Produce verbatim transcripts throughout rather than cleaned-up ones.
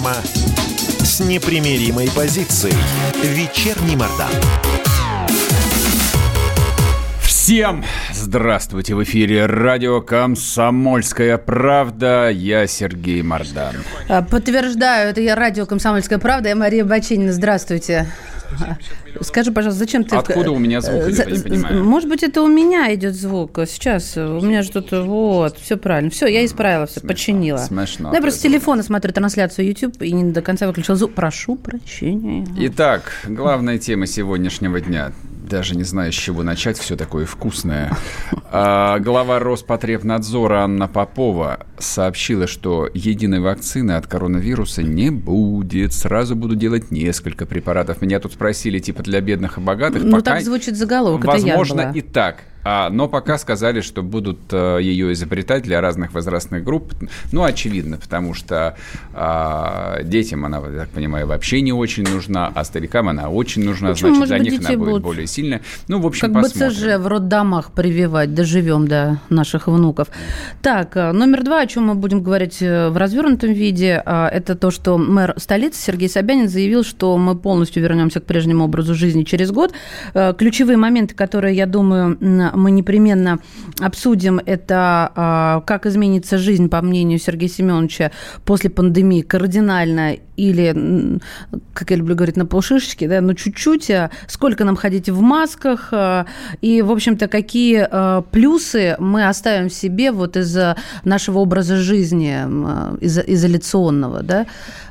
Программа с непримиримой позицией. Вечерний Мардан. Всем здравствуйте! В эфире радио «Комсомольская правда». Я Сергей Мардан. Подтверждаю, это я радио «Комсомольская правда». Я Мария Баченина. Здравствуйте. Скажи, пожалуйста, зачем ты... Откуда у меня звук, я не понимаю. Может быть, это у меня идет звук. Сейчас у меня же тут... Вот, все правильно. Все, я исправила, все, смешно, починила. Смешно. Я просто с телефона смотрю трансляцию YouTube и не до конца выключила звук. Прошу прощения. Итак, главная тема сегодняшнего дня. Даже не знаю, с чего начать, все такое вкусное. А, глава Роспотребнадзора Анна Попова сообщила, что единой вакцины от коронавируса не будет. Сразу буду делать несколько препаратов. Меня тут спросили, типа, для бедных и богатых. Ну, пока... так звучит заголовок. Возможно, это я была. И так. А, но пока сказали, что будут а, ее изобретать для разных возрастных групп. Ну, очевидно, потому что а, детям она, я так понимаю, вообще не очень нужна, а старикам она очень нужна. Почему? Значит, Может для быть, них она будет будут... более сильная. Ну, в общем, как посмотрим. БЦЖ в роддомах прививать, доживем до наших внуков. Так, номер два, о чем мы будем говорить в развернутом виде, это то, что мэр столицы Сергей Собянин заявил, что мы полностью вернемся к прежнему образу жизни через год. Ключевые моменты, которые, я думаю, мы непременно обсудим, это как изменится жизнь, по мнению Сергея Семеновича, после пандемии кардинально или, как я люблю говорить, на полшишечки, да, ну чуть-чуть, сколько нам ходить в масках и, в общем-то, какие плюсы мы оставим себе вот из нашего образа жизни из- изоляционного, да.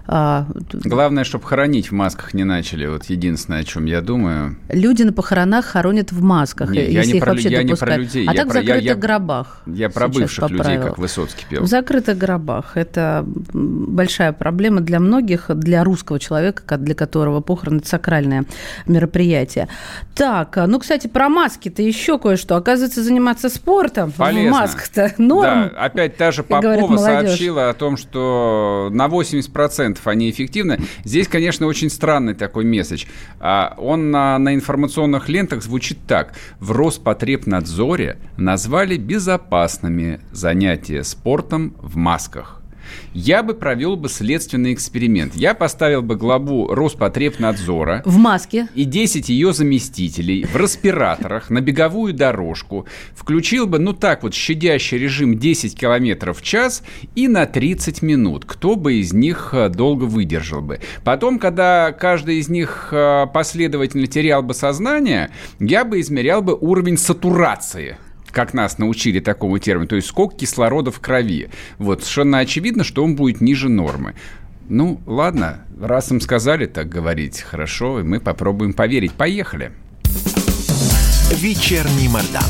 Главное, чтобы хоронить в масках не начали. Вот единственное, о чем я думаю. Люди на похоронах хоронят в масках, Нет, если я не их про, вообще я допускают. Не про людей. А я так про, в закрытых я, гробах. Я про бывших людей, поправила. Как Высоцкий пел. В закрытых гробах. Это большая проблема для многих, для русского человека, для которого похороны – это сакральное мероприятие. Так, ну, кстати, про маски-то еще кое-что. Оказывается, заниматься спортом полезно. В масках-то норм. Да, опять та же Попова сообщила о том, что на восемьдесят процентов они эффективны. Здесь, конечно, очень странный такой месседж. Он на, на информационных лентах звучит так. В Роспотребнадзоре назвали безопасными занятия спортом в масках. Я бы провел бы следственный эксперимент. Я поставил бы главу Роспотребнадзора в маске и десять ее заместителей в респираторах на беговую дорожку, включил бы, ну так вот, щадящий режим десять километров в час и на тридцать минут. Кто бы из них долго выдержал бы? Потом, когда каждый из них последовательно терял бы сознание, я бы измерял бы уровень сатурации, как нас научили такому термину, то есть сколько кислорода в крови. Вот, совершенно очевидно, что он будет ниже нормы. Ну, ладно, раз им сказали так говорить, хорошо, и мы попробуем поверить. Поехали. Вечерний Мардан.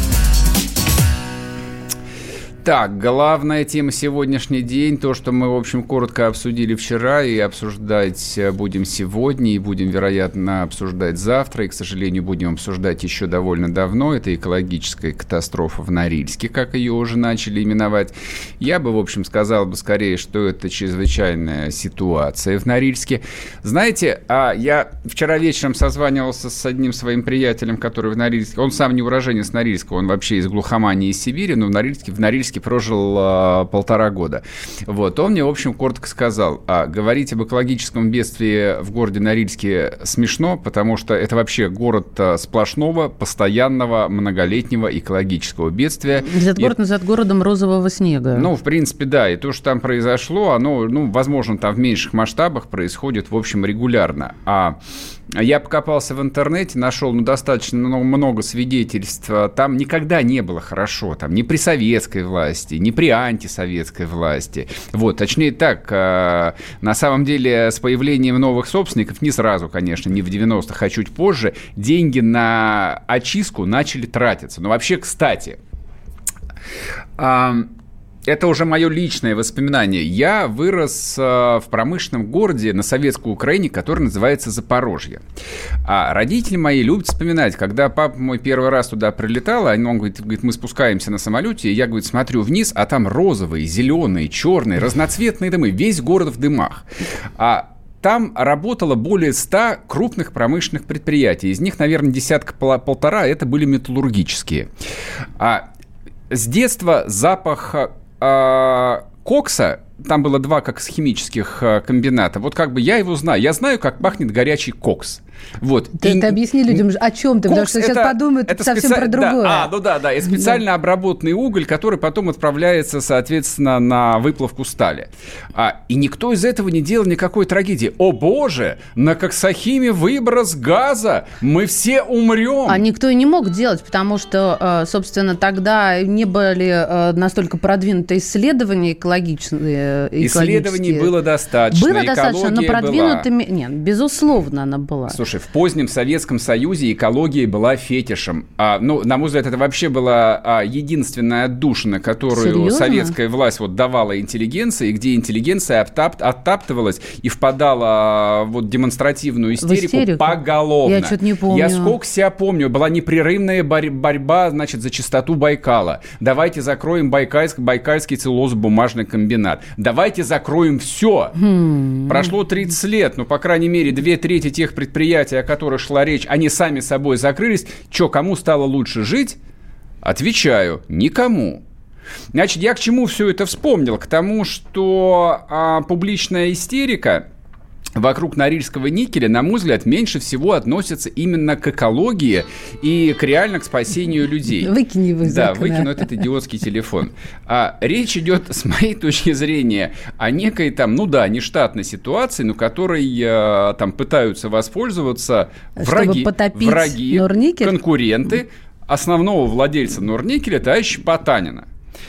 Так, главная тема сегодняшний день, то, что мы, в общем, коротко обсудили вчера и обсуждать будем сегодня, и будем, вероятно, обсуждать завтра, и, к сожалению, будем обсуждать еще довольно давно, это экологическая катастрофа в Норильске, как ее уже начали именовать. Я бы, в общем, сказал бы скорее, что это чрезвычайная ситуация в Норильске. Знаете, а я вчера вечером созванивался с одним своим приятелем, который в Норильске, он сам не уроженец Норильска, он вообще из глухомании, из Сибири, но в Норильске, в Норильске прожил а, полтора года. Вот. Он мне, в общем, коротко сказал, а, говорить об экологическом бедствии в городе Норильске смешно, потому что это вообще город а, сплошного, постоянного, многолетнего экологического бедствия. Этот и... город называют городом розового снега. Ну, в принципе, да. И то, что там произошло, оно, ну, возможно, там в меньших масштабах происходит, в общем, регулярно. А я покопался в интернете, нашел ну, достаточно много свидетельств. Там никогда не было хорошо. Там ни при советской власти, ни при антисоветской власти. Вот, точнее так, на самом деле с появлением новых собственников, не сразу, конечно, не в девяностых, а чуть позже, деньги на очистку начали тратиться. Но вообще, кстати... Это уже мое личное воспоминание. Я вырос э, в промышленном городе на советской Украине, который называется Запорожье. А родители мои любят вспоминать, когда папа мой первый раз туда прилетал, он говорит, говорит, мы спускаемся на самолете, и я, говорит, смотрю вниз, а там розовые, зеленые, черные, разноцветные дымы, весь город в дымах. А там работало более ста крупных промышленных предприятий. Из них, наверное, десятка-полтора это были металлургические. А с детства запах... кокса там было два как с химических комбината. Вот как бы я его знаю. Я знаю, как пахнет горячий кокс. Вот. Ты, и... ты объясни людям, о чем ты, потому что это, сейчас подумают это совсем специ... про другое. Да, а, ну да, да. И специально да. обработанный уголь, который потом отправляется, соответственно, на выплавку стали. А, и никто из этого не делал никакой трагедии. О боже, на коксохиме выброс газа, мы все умрем. А никто и не мог делать, потому что, собственно, тогда не были настолько продвинуты исследования экологичные. Исследований было достаточно. Было достаточно, но продвинутыми... Была. Нет, безусловно, она была. Слушай, в позднем Советском Союзе экология была фетишем. А, ну, на мой взгляд, это вообще была а, единственная отдушина, которую Серьезно? советская власть вот, давала интеллигенции, где интеллигенция оттап- оттаптывалась и впадала в вот, демонстративную истерику поголовно. Я что-то не помню. Я сколько себя помню. Была непрерывная борь- борьба, значит, за чистоту Байкала. Давайте закроем Байкальск, Байкальский целлулозно-бумажный комбинат. Давайте закроем все. Хм. Прошло тридцать лет, ну, по крайней мере, две трети тех предприятий, о которых шла речь, они сами собой закрылись. Че, кому стало лучше жить? Отвечаю, никому. Значит, я к чему все это вспомнил? К тому, что а, публичная истерика вокруг Норильского никеля, на мой взгляд, меньше всего относится именно к экологии и к реально к спасению людей. Выкини его из Да, окна. выкину этот идиотский телефон. А, речь идет, с моей точки зрения, о некой там, ну да, нештатной ситуации, но которой а, там пытаются воспользоваться враги, враги конкуренты основного владельца Норникеля, товарища Потанина.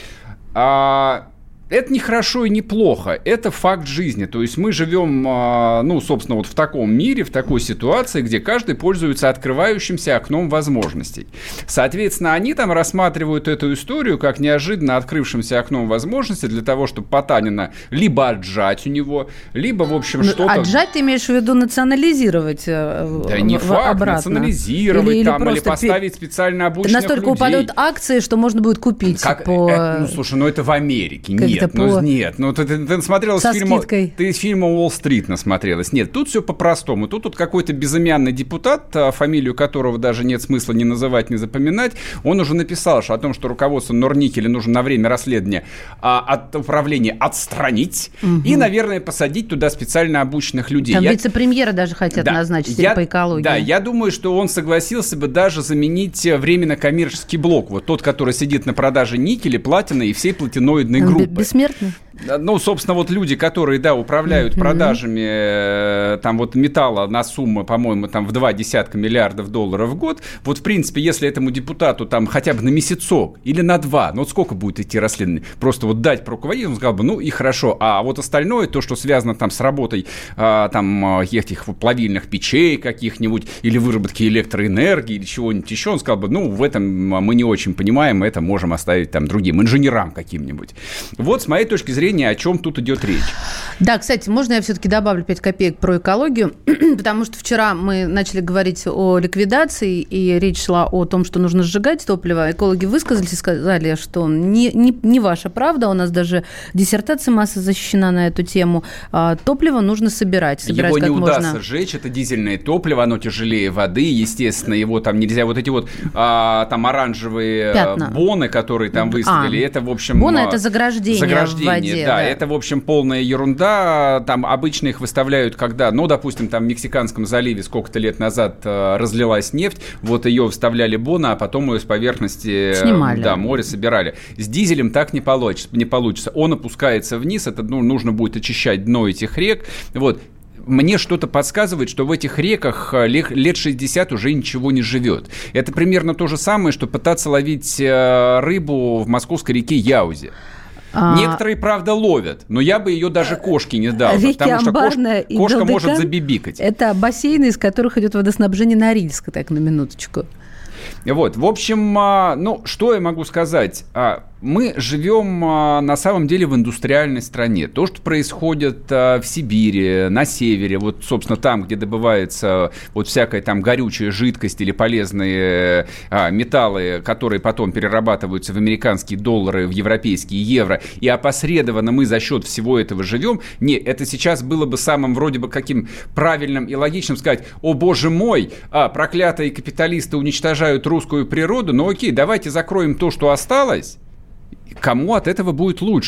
А... Это не хорошо и не плохо, это факт жизни. То есть мы живем, ну, собственно, вот в таком мире, в такой ситуации, где каждый пользуется открывающимся окном возможностей. Соответственно, они там рассматривают эту историю как неожиданно открывшимся окном возможностей для того, чтобы Потанина либо отжать у него, либо, в общем, ну, что-то... Отжать ты имеешь в виду национализировать да в... не факт, обратно. национализировать или, там, или, или поставить пи... специально обученных настолько людей. Настолько упадут акции, что можно будет купить как... по... это, ну, слушай, ну это в Америке, как нет. Нет, ну, по... нет, ну ты, ты, ты насмотрелась фильма, ты из фильма «Уолл-стрит» насмотрелась. Нет, тут все по-простому. Тут, тут какой-то безымянный депутат, фамилию которого даже нет смысла ни называть, ни запоминать, он уже написал что о том, что руководство Норникеля нужно на время расследования а, от управления отстранить угу. и, наверное, посадить туда специально обученных людей. Там я... вице-премьера даже хотят да, назначить я... по экологии. Да, я думаю, что он согласился бы даже заменить временно коммерческий блок. Вот тот, который сидит на продаже никеля, платины и всей платиноидной группы. Бессмертный? Ну, собственно, вот люди, которые, да, управляют mm-hmm. продажами э, там вот металла на сумму, по-моему, там в два десятка миллиардов долларов в год, вот, в принципе, если этому депутату там хотя бы на месяцок или на два, ну, вот сколько будет идти расследование, просто вот дать по руководителю, он сказал бы, ну, и хорошо, а вот остальное, то, что связано там с работой э, там этих плавильных печей каких-нибудь или выработки электроэнергии или чего-нибудь еще, он сказал бы, ну, в этом мы не очень понимаем, это можем оставить там другим инженерам каким-нибудь. Вот, с моей точки зрения, о чем тут идет речь. Да, кстати, можно я все-таки добавлю пять копеек про экологию, потому что вчера мы начали говорить о ликвидации, и речь шла о том, что нужно сжигать топливо. Экологи высказались и сказали, что не, не, не ваша правда, у нас даже диссертация масса защищена на эту тему. Топливо нужно собирать. собирать его не как удастся можно. сжечь, это дизельное топливо, оно тяжелее воды, естественно, его там нельзя, вот эти вот а, там оранжевые Пятна. боны, которые там выставили, а, это, в общем... Боны – это заграждение, заграждение в воде. Да, да, это, в общем, полная ерунда. Там обычно их выставляют, когда, ну, допустим, там в Мексиканском заливе сколько-то лет назад э, разлилась нефть, вот ее вставляли боны, а потом ее с поверхности э, да, моря собирали. С дизелем так не получится, не получится. Он опускается вниз, это ну, нужно будет очищать дно этих рек. Вот. Мне что-то подсказывает, что в этих реках лет шестьдесят уже ничего не живет. Это примерно то же самое, что пытаться ловить рыбу в московской реке Яузе. А... Некоторые, правда, ловят, но я бы ее даже кошке не дал, реки потому что Амбарная кош... кошка Белдыкан может забибикать. Это бассейны, из которых идет водоснабжение Норильска, так, на минуточку. Вот, в общем, ну, что я могу сказать? Мы живем на самом деле в индустриальной стране. То, что происходит в Сибири, на севере, вот, собственно, там, где добывается вот всякая там горючая жидкость или полезные а, металлы, которые потом перерабатываются в американские доллары, в европейские евро, и опосредованно мы за счет всего этого живем. Не, это сейчас было бы самым вроде бы каким правильным и логичным сказать: о, боже мой, а, проклятые капиталисты уничтожают русскую природу, ну окей, давайте закроем то, что осталось. Кому от этого будет лучше?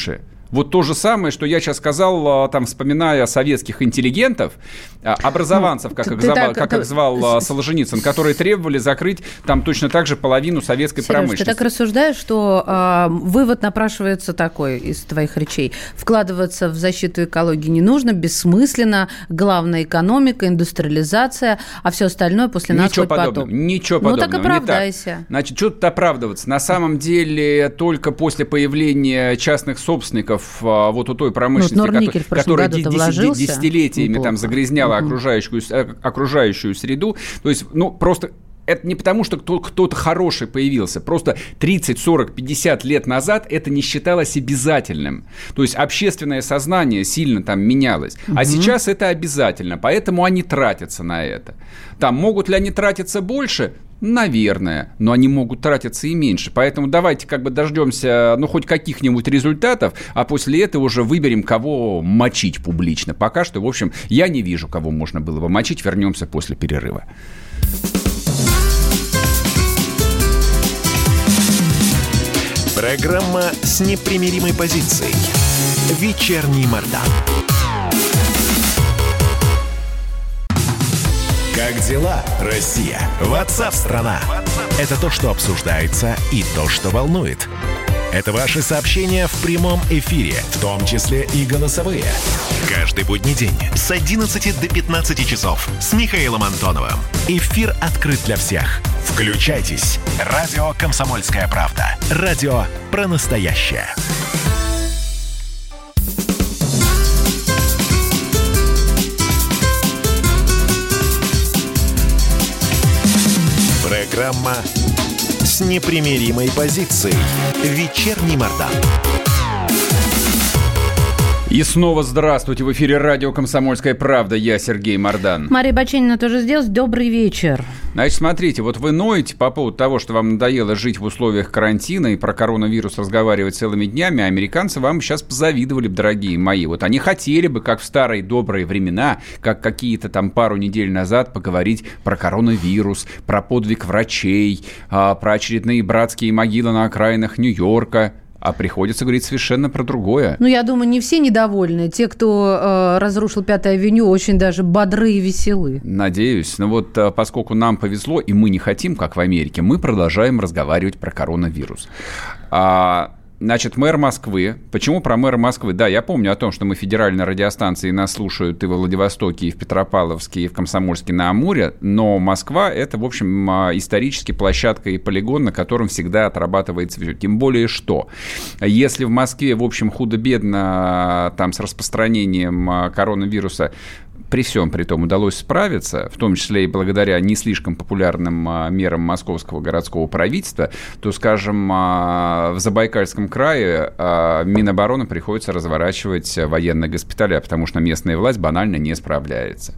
Вот то же самое, что я сейчас сказал, там, вспоминая советских интеллигентов, образованцев, как, ну, их, звал, так, как их звал Солженицын, которые требовали закрыть там точно так же половину советской Сереж, промышленности. Ты так рассуждаешь, что э, вывод напрашивается такой из твоих речей. Вкладываться в защиту экологии не нужно, бессмысленно, главное экономика, индустриализация, а все остальное после нас Ничего хоть подобного. потом. Ничего ну, подобного. так оправдайся. Так. Значит, что тут оправдываться? На самом деле, только после появления частных собственников вот у той промышленности, ну, которая десятилетиями там загрязняла угу. окружающую, окружающую среду, то есть, ну, просто... Это не потому, что кто-то хороший появился. Просто тридцать, сорок, пятьдесят лет назад это не считалось обязательным. То есть общественное сознание сильно там менялось. Угу. А сейчас это обязательно. Поэтому они тратятся на это. Там могут ли они тратиться больше? Наверное. Но они могут тратиться и меньше. Поэтому давайте как бы дождемся, ну, хоть каких-нибудь результатов, а после этого уже выберем, кого мочить публично. Пока что, в общем, я не вижу, кого можно было бы мочить. Вернемся после перерыва. Программа с непримиримой позицией. Вечерний Мардан. Как дела, Россия? Ватсап-страна! Это то, что обсуждается, и то, что волнует. Это ваши сообщения в прямом эфире, в том числе и голосовые. Каждый будний день с одиннадцати до пятнадцати часов с Михаилом Антоновым. Эфир открыт для всех. Включайтесь. Радио «Комсомольская правда». Радио про настоящее. Программа с непримиримой позицией. Вечерний Мардан. И снова здравствуйте. В эфире радио «Комсомольская правда». Я Сергей Мардан. Мария Баченина тоже сделала. Добрый вечер. Значит, смотрите, вот вы ноете по поводу того, что вам надоело жить в условиях карантина и про коронавирус разговаривать целыми днями, а американцы вам сейчас позавидовали бы, дорогие мои. Вот они хотели бы, как в старые добрые времена, как какие-то там пару недель назад, поговорить про коронавирус, про подвиг врачей, про очередные братские могилы на окраинах Нью-Йорка. А приходится говорить совершенно про другое. Ну, я думаю, не все недовольны. Те, кто э, разрушил Пятую авеню, очень даже бодры и веселы. Надеюсь. Но вот поскольку нам повезло, и мы не хотим, как в Америке, мы продолжаем разговаривать про коронавирус. А... Значит, мэр Москвы. Почему про мэра Москвы? Да, я помню о том, что мы федеральные радиостанции, нас слушают и во Владивостоке, и в Петропавловске, и в Комсомольске-на-Амуре, но Москва – это, в общем, исторически площадка и полигон, на котором всегда отрабатывается все. Тем более, что если в Москве, в общем, худо-бедно там с распространением коронавируса при всем при том удалось справиться, в том числе и благодаря не слишком популярным а, мерам московского городского правительства, то, скажем, а, в Забайкальском крае а, Минобороны приходится разворачивать военные госпиталя, потому что местная власть банально не справляется.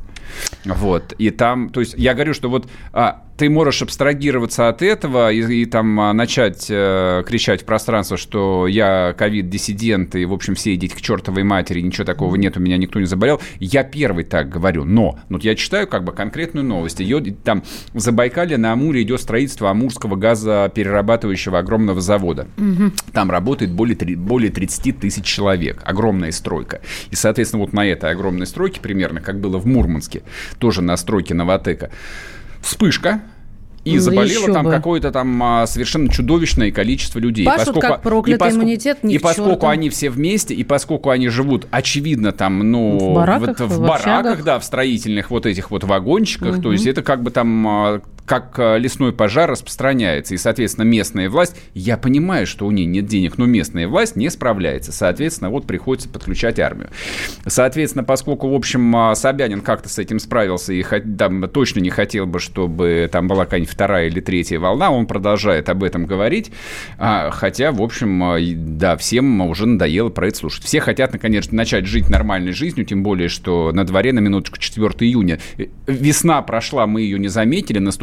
Вот, и там, то есть я говорю, что вот а, ты можешь абстрагироваться от этого и, и там а, начать э, кричать в пространство, что я ковид-диссидент, и, в общем, все идите к чертовой матери, ничего такого нет, у меня никто не заболел. Я первый так говорю, но, ну, я читаю как бы конкретную новость. Ее, там в Забайкалье на Амуре идет строительство Амурского газоперерабатывающего огромного завода. Угу. Там работает более, более тридцать тысяч человек. Огромная стройка. И, соответственно, вот на этой огромной стройке, примерно как было в Мурманске, тоже на стройке Новатэка, вспышка, и ну, заболело там бы. какое-то там а, совершенно чудовищное количество людей. Пашут поскольку, как проклятый и поскольку, иммунитет, ни И к поскольку черту. они все вместе, и поскольку они живут, очевидно, там, ну, в бараках, в, в, в бараках да, в строительных вот этих вот вагончиках, угу. То есть это как бы там... как лесной пожар распространяется. И, соответственно, местная власть, я понимаю, что у нее нет денег, но местная власть не справляется. Соответственно, вот приходится подключать армию. Соответственно, поскольку, в общем, Собянин как-то с этим справился и там, точно не хотел бы, чтобы там была какая-нибудь вторая или третья волна, он продолжает об этом говорить. Хотя, в общем, да, всем уже надоело про это слушать. Все хотят, наконец, начать жить нормальной жизнью, тем более, что на дворе, на минуточку, четвёртого июня. Весна прошла, мы ее не заметили, наступила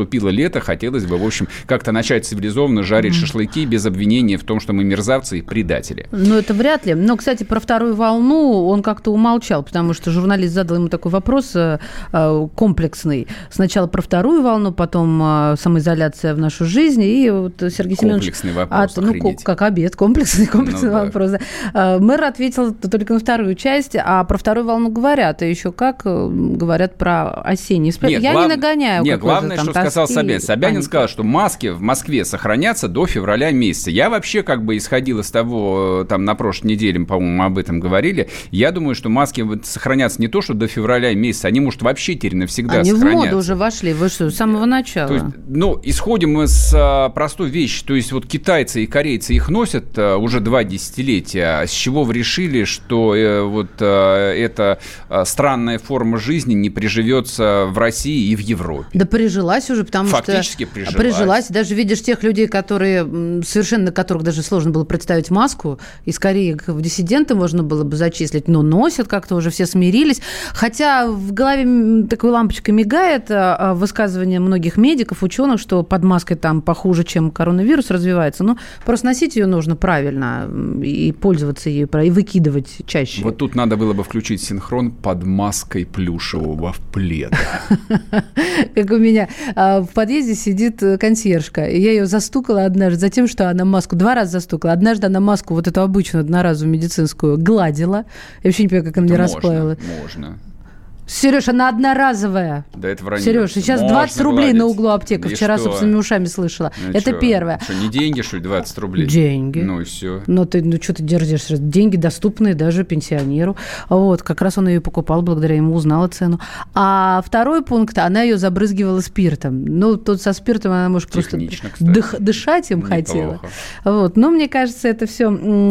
наступило лето, хотелось бы, в общем, как-то начать цивилизованно жарить mm. шашлыки без обвинения в том, что мы мерзавцы и предатели. Ну, это вряд ли. Но, кстати, про вторую волну он как-то умолчал, потому что журналист задал ему такой вопрос комплексный. Сначала про вторую волну, потом самоизоляция в нашу жизнь, и вот Сергей Семенович... Комплексный вопрос, от, ну, как обед, комплексный, комплексный ну, вопрос. Да. Мэр ответил только на вторую часть, а про вторую волну говорят, и еще как говорят про осенний. Нет, Я глав... не нагоняю. Нет, главное, там, что тоски, сказал Собянин. Собянин паники. Сказал, что маски в Москве сохранятся до февраля месяца. Я вообще как бы исходил из того, там на прошлой неделе, по-моему, об этом говорили. Я думаю, что маски сохранятся не то, что до февраля месяца, они, может, вообще теперь навсегда они сохранятся. Они в моду уже вошли, вы что, с самого начала. То есть, ну, исходим мы с а, простой вещи. То есть вот китайцы и корейцы их носят а, уже два десятилетия. С чего вы решили, что э, вот а, эта а, странная форма жизни не приживется в России и в Европе? Да прижилась уже, потому Фактически что... прижилась. прижилась. Даже видишь тех людей, которые совершенно, на которых даже сложно было представить маску, и скорее в диссиденты можно было бы зачислить, но носят как-то уже, все смирились. Хотя в голове такой лампочкой мигает высказывание многих медиков, ученых, что под маской там похуже, чем коронавирус развивается. Но просто носить ее нужно правильно и пользоваться ею, и выкидывать чаще. Вот тут надо было бы включить синхрон «Под маской плюшевого пледа». Как у меня в подъезде сидит консьержка, и я ее застукала однажды за тем, что она маску, два раза застукала. Однажды она маску, вот эту обычную одноразовую медицинскую, гладила. Я вообще не понимаю, как она мне расплавила. Можно. Сереж, она одноразовая. Да это вранье. Сереж, сейчас можно двадцать рублей гладить. На углу аптека. И Вчера что? Собственными ушами слышала. Ну, это что? первое. Что, не деньги, что ли, двадцать рублей? Деньги. Ну и все. Ну, ты, ну что ты держишься? Деньги доступные даже пенсионеру. Вот, как раз он ее покупал, благодаря ему узнала цену. А второй пункт, она ее забрызгивала спиртом. Ну, тут со спиртом она, может, просто дых, дышать им Неплохо. Хотела. Вот. Но мне кажется, это все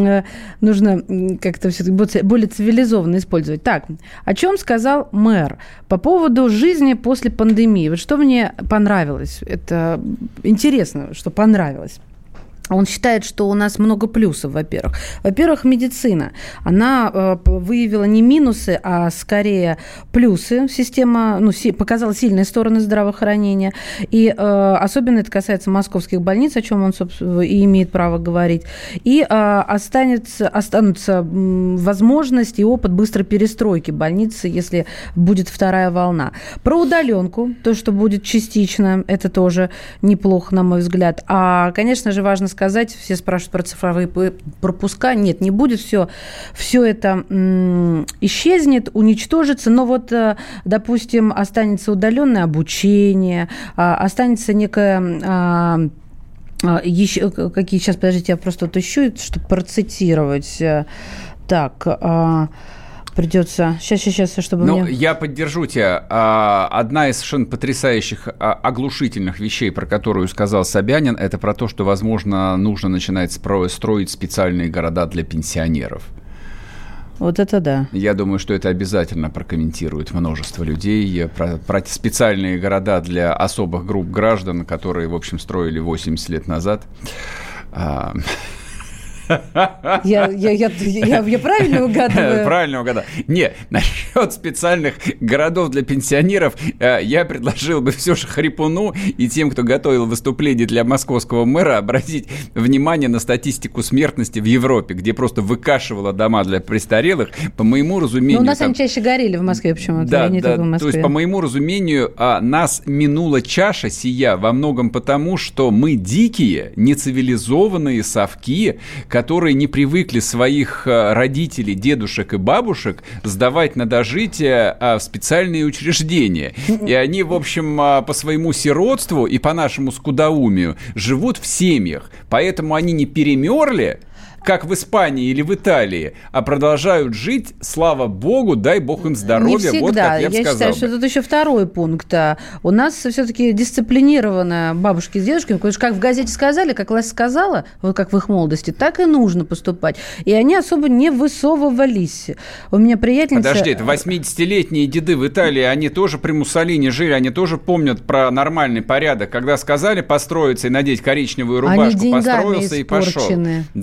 нужно как-то все-таки более цивилизованно использовать. Так, о чем сказал мэр? По поводу жизни после пандемии. Вот что мне понравилось. Это интересно, что понравилось. Он считает, что у нас много плюсов, во-первых. Во-первых, медицина. Она э, выявила не минусы, а скорее плюсы. Система ну, си, показала сильные стороны здравоохранения. И э, особенно это касается московских больниц, о чем он, собственно, и имеет право говорить. И э, останется, останутся возможность и опыт быстрой перестройки больницы, если будет вторая волна. Про удаленку, то, что будет частично, это тоже неплохо, на мой взгляд. А, конечно же, важно сказать, сказать, все спрашивают про цифровые пропуска. Нет, не будет, все, все это м- исчезнет, уничтожится, но вот, допустим, останется удаленное обучение, останется некая... Еще какие сейчас, подождите, я просто вот ищу, чтобы процитировать. Так... Придется. Сейчас, сейчас, сейчас, чтобы Ну, мне... я поддержу тебя. Одна из совершенно потрясающих, оглушительных вещей, про которую сказал Собянин, это про то, что, возможно, нужно начинать строить специальные города для пенсионеров. Вот это да. Я думаю, что это обязательно прокомментирует множество людей. Про, про специальные города для особых групп граждан, которые, в общем, строили восемьдесят лет назад. Я, я, я, я, я правильно угадываю? Правильно угадал. Не, насчет специальных городов для пенсионеров я предложил бы все же Хрипуну и тем, кто готовил выступление для московского мэра, обратить внимание на статистику смертности в Европе, где просто выкашивало дома для престарелых. По моему разумению... Ну, у нас там... они чаще горели в Москве почему-то, да, а не да, только в Москве. То есть, по моему разумению, нас минула чаша сия во многом потому, что мы дикие, нецивилизованные совки, которые не привыкли своих родителей, дедушек и бабушек сдавать на дожитие в специальные учреждения. И они, в общем, по своему сиротству и по нашему скудоумию живут в семьях. Поэтому они не перемерли, как в Испании или в Италии, а продолжают жить, слава богу, дай бог им здоровья. Не всегда. Вот как я, я сказал считаю, бы. что тут еще второй пункт. У нас все-таки дисциплинированные бабушки с дедушками, как в газете сказали, как власть сказала, вот как в их молодости, так и нужно поступать. И они особо не высовывались. У меня приятельница... Подожди, это восьмидесятилетние деды в Италии, они тоже при Муссолини жили, они тоже помнят про нормальный порядок. Когда сказали построиться и надеть коричневую рубашку, построился и пошел. Да ничего не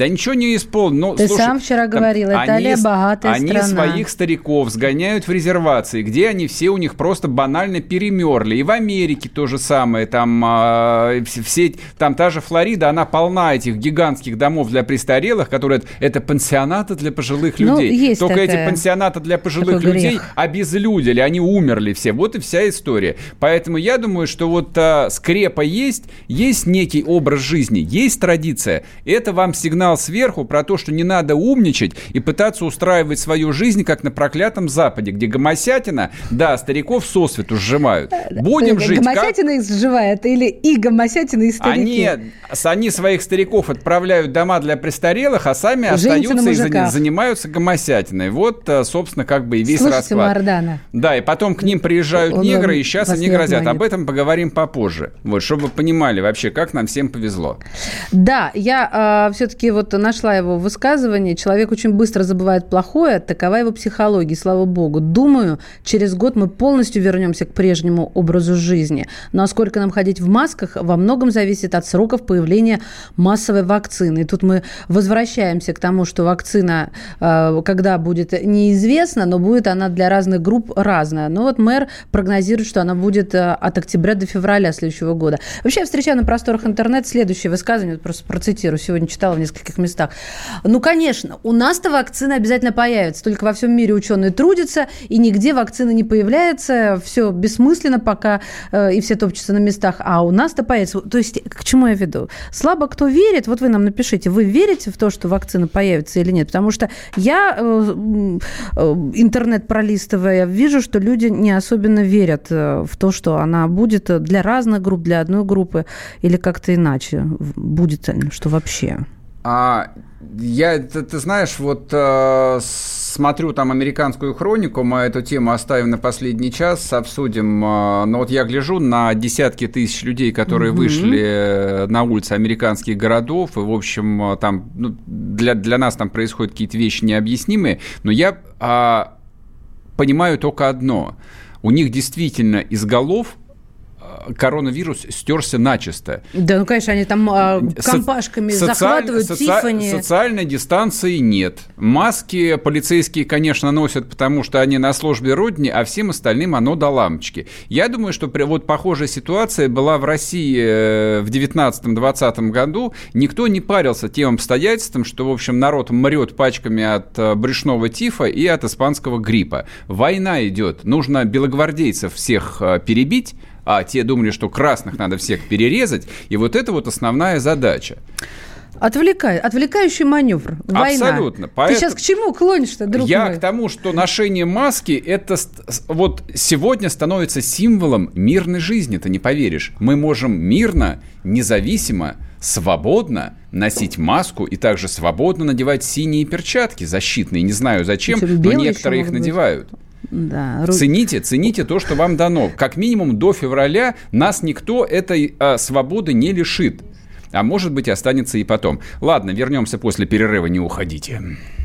не исполнили. Ну, Ты слушай, сам вчера там, говорил, Италия они, богатая они страна. Они своих стариков сгоняют в резервации, где они все у них просто банально перемерли. И в Америке то же самое. Там, э, все, там та же Флорида, она полна этих гигантских домов для престарелых, которые это пансионаты для пожилых людей. Ну, есть Только такая, эти пансионаты для пожилых людей грех. обезлюдили, они умерли все. Вот и вся история. Поэтому я думаю, что вот а, скрепа есть, есть некий образ жизни, есть традиция. Это вам сигнал сверху про то, что не надо умничать и пытаться устраивать свою жизнь, как на проклятом Западе, где гомосятина, да, стариков сосвету сжимают. Будем жить Гомосятина как... их сживает или и гомосятина, и старики? Они, они своих стариков отправляют в дома для престарелых, а сами Женятся остаются и занимаются гомосятиной. Вот, собственно, как бы и весь Слушайте расклад. Мардана. Да, и потом к ним приезжают Он негры, и сейчас они грозят. отманит. Об этом поговорим попозже. Вот, чтобы вы понимали вообще, как нам всем повезло. Да, я э, все-таки вот нашла его высказывание. Человек очень быстро забывает плохое, такова его психология, слава богу. Думаю, через год мы полностью вернемся к прежнему образу жизни. Но а сколько нам ходить в масках, во многом зависит от сроков появления массовой вакцины. И тут мы возвращаемся к тому, что вакцина, э, когда будет, неизвестно, но будет она для разных групп разная. Но вот мэр прогнозирует, что она будет э, от октября до февраля следующего года. Вообще, я встречаю на просторах интернета следующее высказывание, просто процитирую, сегодня читала в нескольких местах. Ну, конечно, у нас-то вакцина обязательно появится, только во всем мире ученые трудятся, и нигде вакцина не появляется, все бессмысленно пока, э, и все топчутся на местах, а у нас-то появится. То есть, к чему я веду? Слабо кто верит, вот вы нам напишите, вы верите в то, что вакцина появится или нет? Потому что я, э, э, интернет пролистывая, вижу, что люди не особенно верят в то, что она будет для разных групп, для одной группы, или как-то иначе будет, что вообще? А, я, ты, ты знаешь, вот э, смотрю там американскую хронику, мы эту тему оставим на последний час, обсудим. Э, но вот я гляжу на десятки тысяч людей, которые mm-hmm. вышли на улицы американских городов, и, в общем, там ну, для, для нас там происходят какие-то вещи необъяснимые, но я э, понимаю только одно. У них действительно из голов коронавирус стерся начисто. Да, ну, конечно, они там а, компашками Со- захватывают соци... Тиффани. Социальной дистанции нет. Маски полицейские, конечно, носят, потому что они на службе Родине, а всем остальным оно до лампочки. Я думаю, что вот похожая ситуация была в России в девятнадцатом-двадцатом году. Никто не парился тем обстоятельством, что, в общем, народ мрет пачками от брюшного тифа и от испанского гриппа. Война идет. Нужно белогвардейцев всех перебить, а те думали, что красных надо всех перерезать, и вот это вот основная задача. Отвлекай, отвлекающий маневр. Война. Абсолютно. Поэтому... Ты сейчас к чему клонишь-то, друг Я мой? к тому, что ношение маски, это вот сегодня становится символом мирной жизни, ты не поверишь. Мы можем мирно, независимо, свободно носить маску и также свободно надевать синие перчатки защитные. Не знаю зачем, но некоторые их надевают. Да. Цените, цените то, что вам дано. Как минимум до февраля нас никто этой а, свободы не лишит. А может быть, останется и потом. Ладно, вернемся после перерыва, не уходите.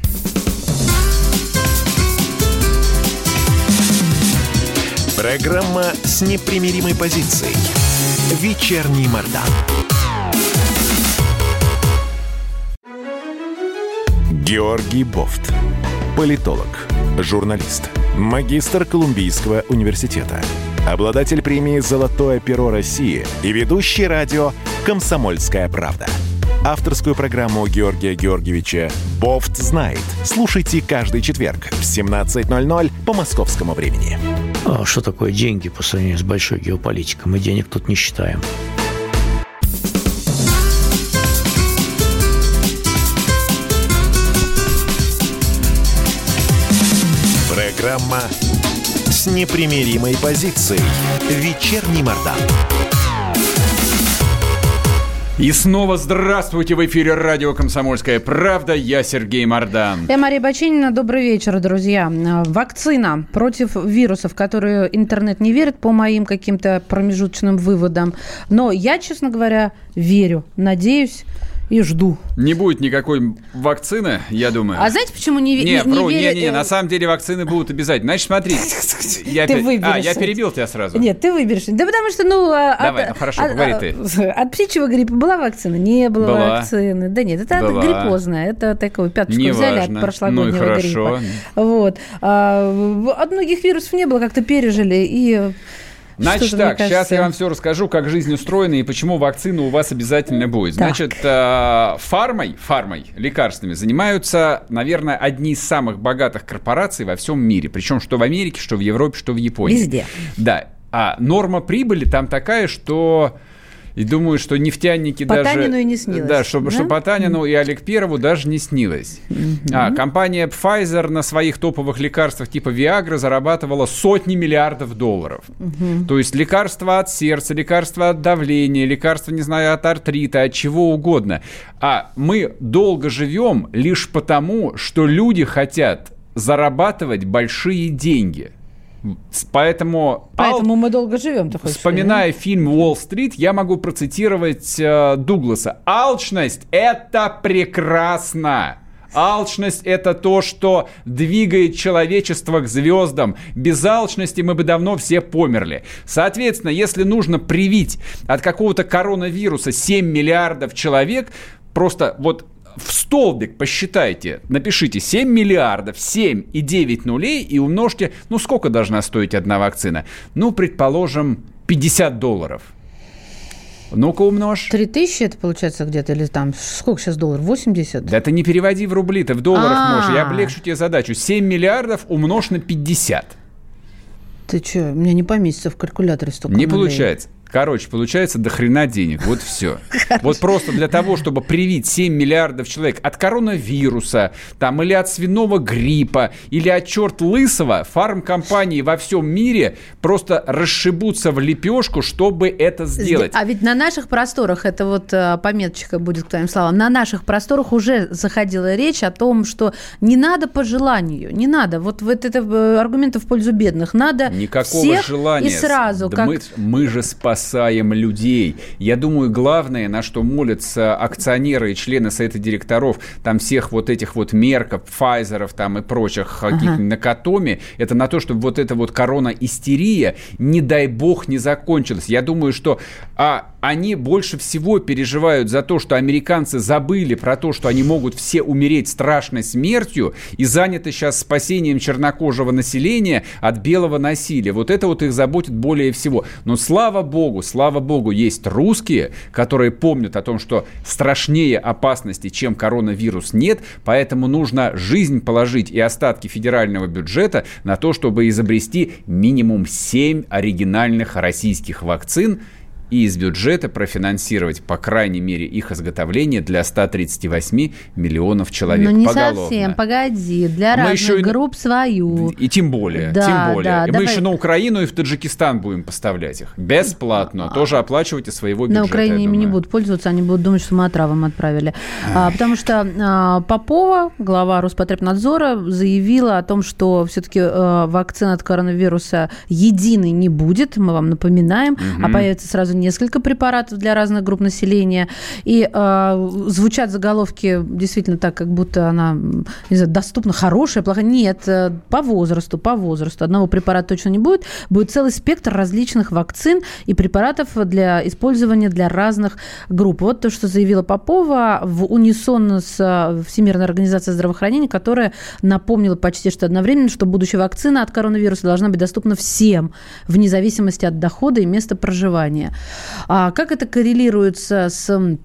Программа с непримиримой позицией. Вечерний Мардан. Георгий Бофт. Политолог, журналист, магистр Колумбийского университета, обладатель премии «Золотое перо России» и ведущий радио «Комсомольская правда». Авторскую программу Георгия Георгиевича «Бофт знает». Слушайте каждый четверг в семнадцать ноль ноль по московскому времени. А что такое деньги по сравнению с большой геополитикой? Мы денег тут не считаем. Программа с непримиримой позицией. Вечерний Мардан. И снова здравствуйте, в эфире радио «Комсомольская правда». Я Сергей Мардан. Я Мария Баченина. Добрый вечер, друзья. Вакцина против вирусов, в которые интернет не верит, по моим каким-то промежуточным выводам. Но я, честно говоря, верю, надеюсь И жду. Не будет никакой вакцины, я думаю. А знаете, почему не, не, не, не, про, не верю? Не, не, на самом деле вакцины будут обязательно. Значит, смотри. Я ты пер... выберешь. А, я перебил тебя сразу. Нет, ты выберешь. Да потому что, ну... Давай, от, ну хорошо, от, говори от, ты. От птичьего гриппа была вакцина? Не было была. вакцины. Да нет, это была. гриппозная. Это такой пяточку не взяли важно. от прошлогоднего ну и хорошо. гриппа. Вот. А, от многих вирусов не было, как-то пережили. И... Значит Что-то, так, кажется... сейчас я вам все расскажу, как жизнь устроена и почему вакцина у вас обязательно будет. Так. Значит, фармой, фармой, лекарствами занимаются, наверное, одни из самых богатых корпораций во всем мире. Причем что в Америке, что в Европе, что в Японии. Везде. Да. А норма прибыли там такая, что... И думаю, что нефтяники Потанину даже... Потанину и не снилось. Да, что, да? что Потанину и Олег Перву даже не снилось. Mm-hmm. А, компания Pfizer на своих топовых лекарствах типа Viagra зарабатывала сотни миллиардов долларов. Mm-hmm. То есть лекарства от сердца, лекарства от давления, лекарства, не знаю, от артрита, от чего угодно. А мы долго живем лишь потому, что люди хотят зарабатывать большие деньги. Поэтому, Поэтому Ал... мы долго живем. Вспоминая сказать, фильм «Уолл-стрит», я могу процитировать э, Дугласа. «Алчность – это прекрасно! Алчность – это то, что двигает человечество к звездам. Без алчности мы бы давно все померли». Соответственно, если нужно привить от какого-то коронавируса семь миллиардов человек, просто вот... В столбик посчитайте, напишите семь миллиардов, семь и девять нулей и умножьте, ну сколько должна стоить одна вакцина? Ну, предположим, пятьдесят долларов. Ну-ка умножь. три тысячи это получается где-то, или там, сколько сейчас долларов, восемьдесят? Да ты не переводи в рубли, ты в долларах А-а-а. можешь, я облегчу тебе задачу. семь миллиардов умножь на пятьдесят. Ты что, у меня не поместится в калькуляторе столько Не нулей. получается. Короче, получается до хрена денег. Вот все. Вот просто для того, чтобы привить семь миллиардов человек от коронавируса, там, или от свиного гриппа, или от черт лысого, фармкомпании во всем мире просто расшибутся в лепешку, чтобы это сделать. А ведь на наших просторах, это вот пометочка будет к твоим словам, на наших просторах уже заходила речь о том, что не надо по желанию, не надо. Вот, вот это аргументы в пользу бедных. Надо никакого всех желания. И сразу. Да как... мы, мы же спасаем людей. Я думаю, главное, на что молятся акционеры и члены совета директоров, там всех вот этих вот Мерков, Пфайзеров там и прочих ага. Накатоми, это на то, чтобы вот эта вот корона-истерия, не дай бог, не закончилась. Я думаю, что а, они больше всего переживают за то, что американцы забыли про то, что они могут все умереть страшной смертью и заняты сейчас спасением чернокожего населения от белого насилия. Вот это вот их заботит более всего. Но слава богу, слава богу, есть русские, которые помнят о том, что страшнее опасности, чем коронавирус, нет, поэтому нужно жизнь положить и остатки федерального бюджета на то, чтобы изобрести минимум семь оригинальных российских вакцин и из бюджета профинансировать, по крайней мере, их изготовление для ста тридцати восьми миллионов человек. Ну, не поголовно. совсем, погоди. Для а разных еще групп свою. И тем более, да, тем более. Да, и давай. мы еще на Украину и в Таджикистан будем поставлять их. Бесплатно. А, Тоже оплачивайте своего бюджета. На Украине ими не будут пользоваться, они будут думать, что мы отравом отправили. А, потому что а, Попова, глава Роспотребнадзора, заявила о том, что все-таки а, вакцина от коронавируса единой не будет, мы вам напоминаем, угу. а появится сразу несколько препаратов для разных групп населения. И э, звучат заголовки действительно так, как будто она, не знаю, доступна, хорошая, плохая. Нет, по возрасту, по возрасту. Одного препарата точно не будет. Будет целый спектр различных вакцин и препаратов для использования для разных групп. Вот то, что заявила Попова в унисон с Всемирной организацией здравоохранения, которая напомнила почти что одновременно, что будущая вакцина от коронавируса должна быть доступна всем, вне зависимости от дохода и места проживания. А как это коррелируется с...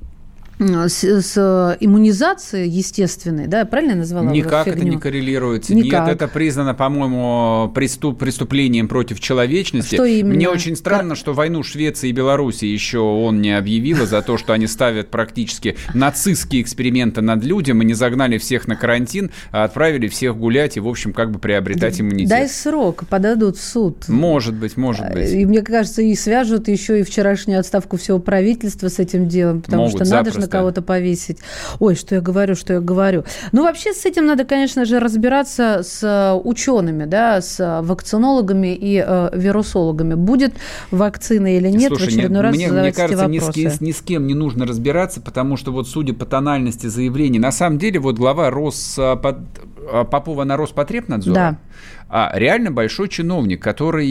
С, с иммунизацией естественной, да, правильно я назвала? Никак это не коррелируется. Никак. Нет, это признано, по-моему, преступ, преступлением против человечности. Что именно? Мне очень странно, что войну Швеции и Беларуси еще ООН не объявила за то, что они ставят практически нацистские эксперименты над людьми и не загнали всех на карантин, а отправили всех гулять и, в общем, как бы приобретать иммунитет. Дай срок, подадут в суд. Может быть, может быть. И мне кажется, и свяжут еще и вчерашнюю отставку всего правительства с этим делом, потому Могут, что надо же на кого-то повесить. Ой, что я говорю, что я говорю. Ну, вообще с этим надо, конечно же, разбираться с учеными, да, с вакцинологами и э, вирусологами. Будет вакцина или нет, Слушай, в очередной не, раз мне, задавать мне кажется, эти ни вопросы. с, ни с кем не нужно разбираться, потому что вот судя по тональности заявлений, на самом деле вот глава Рос, Попова на Роспотребнадзор, да. а реально большой чиновник, который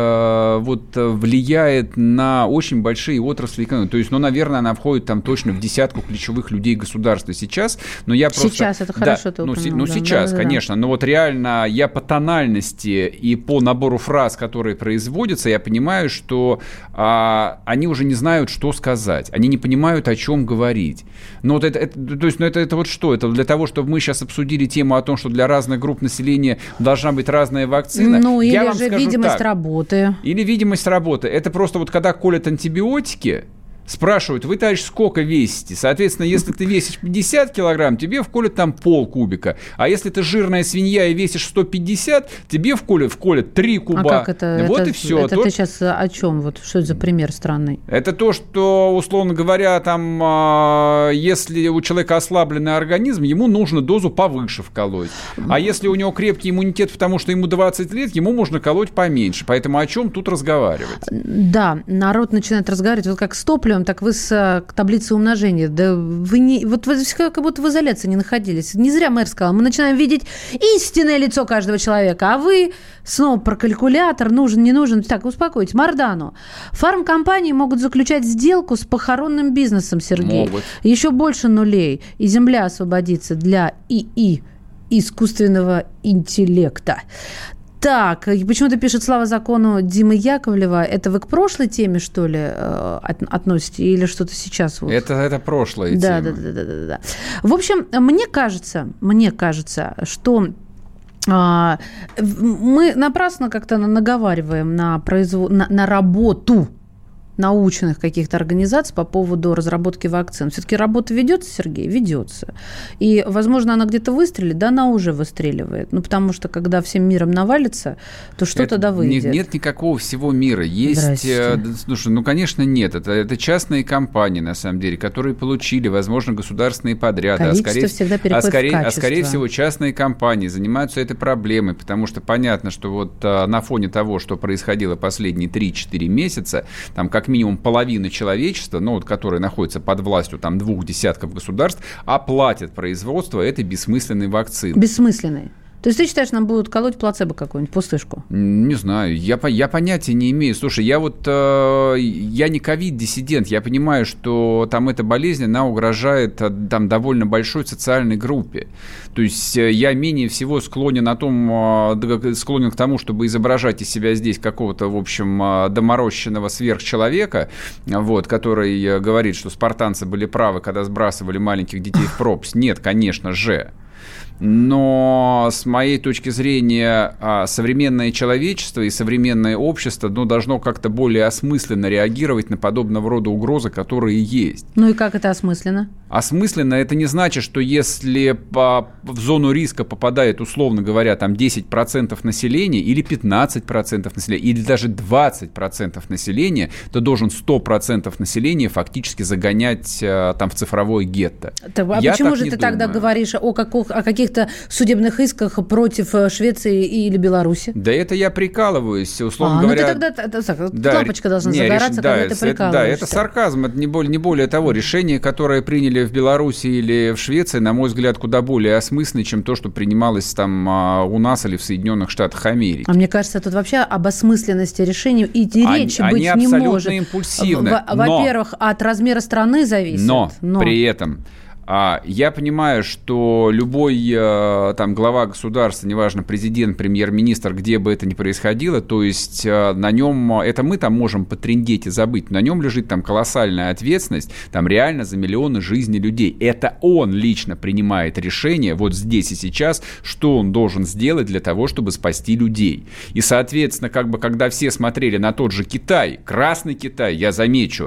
э, вот влияет на очень большие отрасли экономики. То есть, ну, наверное, она входит там точно в десятку ключевых людей государства сейчас. Но я просто... Сейчас, это хорошо да, ты ну, упомянул. ну, да, сейчас, да, да, конечно. да. Но вот реально я по тональности и по набору фраз, которые производятся, я понимаю, что а, они уже не знают, что сказать. Они не понимают, о чем говорить. Ну, вот это, это, то есть, ну, это, это вот что? Это для того, чтобы мы сейчас обсудили тему о том, что для разных групп населения должна быть разная вакцина. Ну, или я вам же скажу видимость так. работы. Или видимость работы. Это просто вот когда колят антибиотики, спрашивают, вы, товарищ, сколько весите? Соответственно, если ты весишь пятьдесят килограмм, тебе вколят там полкубика. А если ты жирная свинья и весишь сто пятьдесят, тебе вколят, вколят три куба. А как это? Вот это, и все. Это то... ты сейчас о чем? Вот что это за пример странный? Это то, что, условно говоря, там, если у человека ослабленный организм, ему нужно дозу повыше вколоть. А если у него крепкий иммунитет, потому что ему двадцать лет, ему можно колоть поменьше. Поэтому о чем тут разговаривать? Да, народ начинает разговаривать вот как с топливом, так вы с таблицей умножения. Да вы не... Вот вы как будто в изоляции не находились. Не зря мэр сказал. Мы начинаем видеть истинное лицо каждого человека. А вы снова про калькулятор. Нужен, не нужен. Так, успокойтесь. Мардану. Фармкомпании могут заключать сделку с похоронным бизнесом, Сергей. Могут. Еще больше нулей. И земля освободится для ИИ, искусственного интеллекта. Так, почему-то пишет Слава закону Димы Яковлева. Это вы к прошлой теме, что ли, от, относите? Или что-то сейчас? Вот? Это, это прошлая да, тема. Да, да, да, да, да. В общем, мне кажется, мне кажется, что а, мы напрасно как-то наговариваем на, производ... на, на работу научных каких-то организаций по поводу разработки вакцин. Все-таки работа ведется, Сергей? Ведется. И, возможно, она где-то выстрелит, да, она уже выстреливает. Ну, потому что, когда всем миром навалится, то что это тогда выйдет? Нет, нет никакого всего мира. Есть, э, слушай, ну, конечно, нет. Это, это частные компании, на самом деле, которые получили, возможно, государственные подряды. Количество а скорее, всегда переходит а скорее, в качество. А скорее всего, частные компании занимаются этой проблемой, потому что понятно, что вот а, на фоне того, что происходило последние три-четыре месяца, там, как минимум половина человечества, ну, вот, которое находится под властью там, двух десятков государств, оплатят производство этой бессмысленной вакцины. Бессмысленной. То есть ты считаешь, нам будут колоть плацебо какую-нибудь, пустышку? Не знаю, я, я понятия не имею. Слушай, я вот, э, я не ковид-диссидент, я понимаю, что там эта болезнь, она угрожает там довольно большой социальной группе. То есть я менее всего склонен, на том, э, склонен к тому, чтобы изображать из себя здесь какого-то, в общем, доморощенного сверхчеловека, вот, который говорит, что спартанцы были правы, когда сбрасывали маленьких детей в пропасть. Нет, конечно же. Но с моей точки зрения современное человечество и современное общество ну, должно как-то более осмысленно реагировать на подобного рода угрозы, которые есть. Ну и как это осмысленно? Осмысленно это не значит, что если по, в зону риска попадает, условно говоря, там десять процентов населения или пятнадцать процентов населения, или даже двадцать процентов населения, то должен сто процентов населения фактически загонять там, в цифровое гетто. Так, а Я почему же не ты думаю. тогда говоришь о, каких, о каких-то судебных исках против Швеции или Беларуси? Да это я прикалываюсь, условно а, говоря. Ну ты тогда это, так, да, лампочка должна не, загораться, реш... да, когда ты прикалываешься. Это, да, это сарказм, это не более, не более того. Решение, которое приняли в Беларуси или в Швеции, на мой взгляд, куда более осмысленное, чем то, что принималось там у нас или в Соединенных Штатах Америки. А мне кажется, тут вообще об осмысленности решений и речи они, быть они не может. Они абсолютно импульсивны. Во-первых, но... от размера страны зависит. Но, но... при этом... Я понимаю, что любой там, глава государства, неважно, президент, премьер-министр, где бы это ни происходило, то есть на нем, это мы там можем потрындеть и забыть, на нем лежит там колоссальная ответственность, там реально за миллионы жизней людей. Это он лично принимает решение вот здесь и сейчас, что он должен сделать для того, чтобы спасти людей. И, соответственно, как бы, когда все смотрели на тот же Китай, красный Китай, я замечу,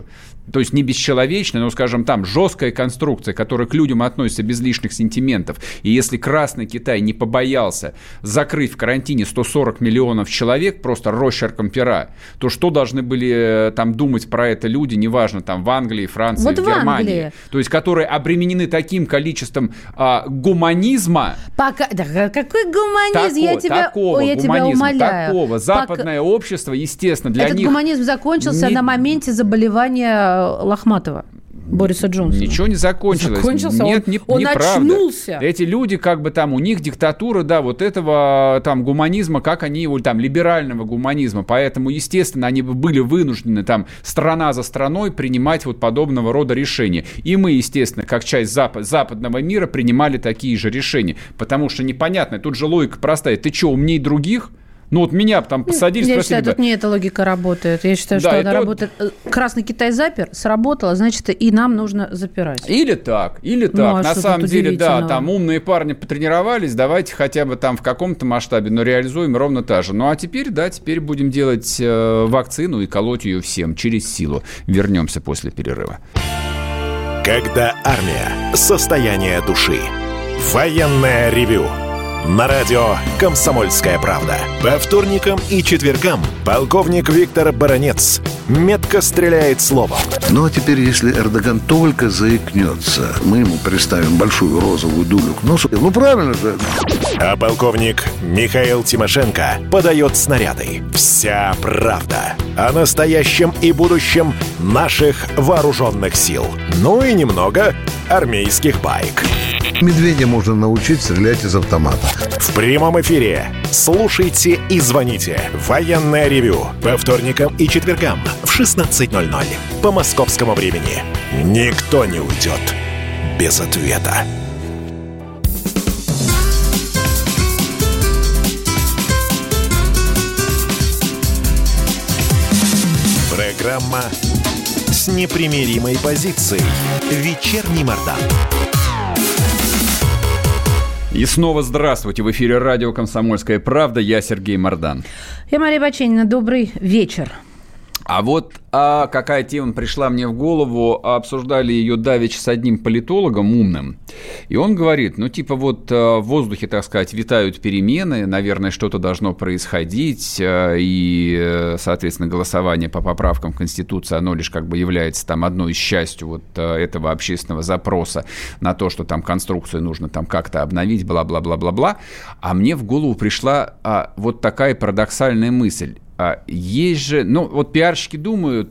то есть не бесчеловечная, но, скажем, там жесткая конструкция, которая к людям относится без лишних сантиментов. И если Красный Китай не побоялся закрыть в карантине сто сорок миллионов человек просто росчерком пера, то что должны были там думать про это люди, неважно, там в Англии, Франции, вот в в Германии, Англии. то есть которые обременены таким количеством а, гуманизма. Пока... Да, какой гуманизм? Такого, я тебя, такого я тебя гуманизма, умоляю. такого. Западное Пока... общество, естественно, для Этот них... гуманизм закончился не... на моменте заболевания Лохматова. Бориса Джонсона. Ничего не закончилось. Закончился, Нет, он, не, он неправда. очнулся. Эти люди, как бы там, у них диктатура, да, вот этого там гуманизма, как они его, там, либерального гуманизма. Поэтому, естественно, они были вынуждены там страна за страной принимать вот подобного рода решения. И мы, естественно, как часть запад, западного мира принимали такие же решения. Потому что непонятно, тут же логика простая. Ты что, умней других? Ну вот меня там посадили, Я спросили считаю, бы... тут не эта логика работает. Я считаю, Да, что она это... работает... Красный Китай запер, сработало, значит, и нам нужно запирать. Или так, или так. Ну, а На самом деле, да, удивительного? там умные парни потренировались, давайте хотя бы там в каком-то масштабе, но реализуем ровно та же. Ну а теперь, да, теперь будем делать э, вакцину и колоть ее всем через силу. Вернемся после перерыва. Когда армия. Состояние души. Военное ревю. На радио «Комсомольская правда». По вторникам и четвергам полковник Виктор Баранец метко стреляет словом. Ну а теперь, если Эрдоган только заикнется, мы ему приставим большую розовую дулю к носу. Ну правильно же. А полковник Михаил Тимошенко подает снаряды. Вся правда о настоящем и будущем наших вооруженных сил. Ну и немного армейских баек. Медведя можно научить стрелять из автомата. В прямом эфире слушайте и звоните. Военное ревю по вторникам и четвергам в шестнадцать ноль ноль по московскому времени. Никто не уйдет без ответа. Программа с непримиримой позицией. Вечерний Мордан. И снова здравствуйте. В эфире радио «Комсомольская правда». Я Сергей Мордан. Я Мария Баченина. Добрый вечер. А вот а какая тема пришла мне в голову, обсуждали ее давеча с одним политологом умным, и он говорит, ну типа вот в воздухе, так сказать, витают перемены, наверное, что-то должно происходить, и, соответственно, голосование по поправкам Конституции, оно лишь как бы является там одной из частью вот этого общественного запроса на то, что там конструкцию нужно там как-то обновить, бла-бла-бла-бла-бла, а мне в голову пришла а, вот такая парадоксальная мысль. Есть же, ну вот пиарщики думают,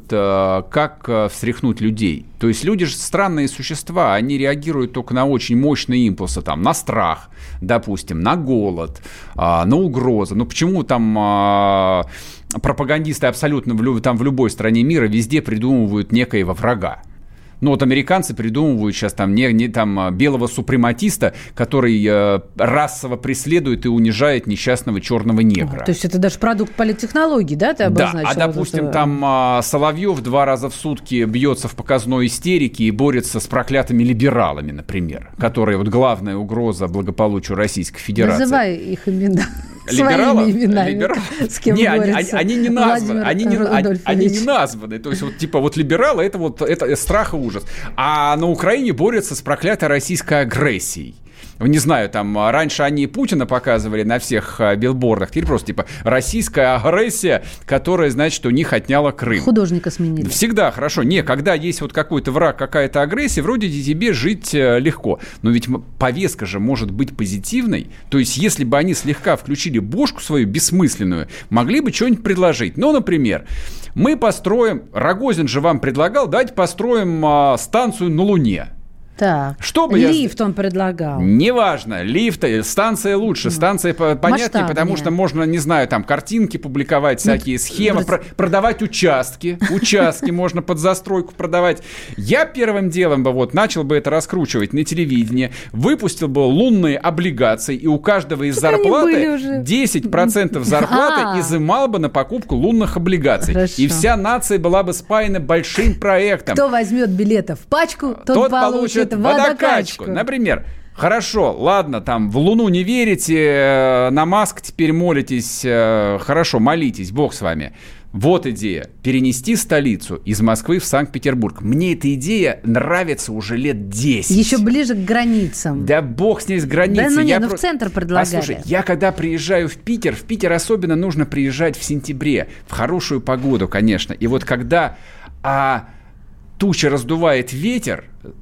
как встряхнуть людей. То есть люди же странные существа, они реагируют только на очень мощные импульсы, там, на страх, допустим, на голод, на угрозы. Ну почему там пропагандисты абсолютно в, там, в любой стране мира везде придумывают некоего врага? Ну, вот американцы придумывают сейчас там, не, не, там белого супрематиста, который э, расово преследует и унижает несчастного черного негра. То есть это даже продукт политтехнологий, да, ты обозначил? Да, а допустим, вот там э, Соловьев два раза в сутки бьется в показной истерике и борется с проклятыми либералами, например, которые вот главная угроза благополучию Российской Федерации. Называй их имена. Либералов? Своими именами. Либерал? С кем не, они, они, борется они не названы. Владимир Они не, они, они не Рудольфович. названы. То есть, вот, типа, вот либералы это вот это страх и ужас. А на Украине борются с проклятой российской агрессией. Не знаю, там раньше они Путина показывали на всех билбордах, теперь просто типа российская агрессия, которая, значит, у них отняла Крым. Художника сменили. Всегда хорошо. Не, когда есть вот какой-то враг, какая-то агрессия, вроде тебе жить легко. Но ведь повестка же может быть позитивной. То есть, если бы они слегка включили бошку свою бессмысленную, могли бы что-нибудь предложить. Ну, например, мы построим, Рогозин же вам предлагал, давайте построим а, станцию на Луне. Так, Что бы лифт я... он предлагал. Неважно, лифт, станция лучше, станция понятнее, Масштабнее. потому что можно, не знаю, там картинки публиковать, всякие ну, схемы, про- продавать участки, участки можно под застройку продавать. Я первым делом бы вот начал бы это раскручивать на телевидении, выпустил бы лунные облигации, и у каждого из зарплаты десять процентов зарплаты изымал бы на покупку лунных облигаций. Хорошо. И вся нация была бы спаяна большим проектом. Кто возьмет билетов в пачку, тот, тот получит водокачку. водокачку. Например, хорошо, ладно, там в Луну не верите, на Маск теперь молитесь, хорошо, молитесь, Бог с вами. Вот идея. Перенести столицу из Москвы в Санкт-Петербург. Мне эта идея нравится уже лет десять. Еще ближе к границам. Да бог с ней с границей. Да ну нет, я ну про... в центр предлагали. А слушай, я когда приезжаю в Питер, в Питер особенно нужно приезжать в сентябре. В хорошую погоду, конечно. И вот когда а, туча раздувает ветер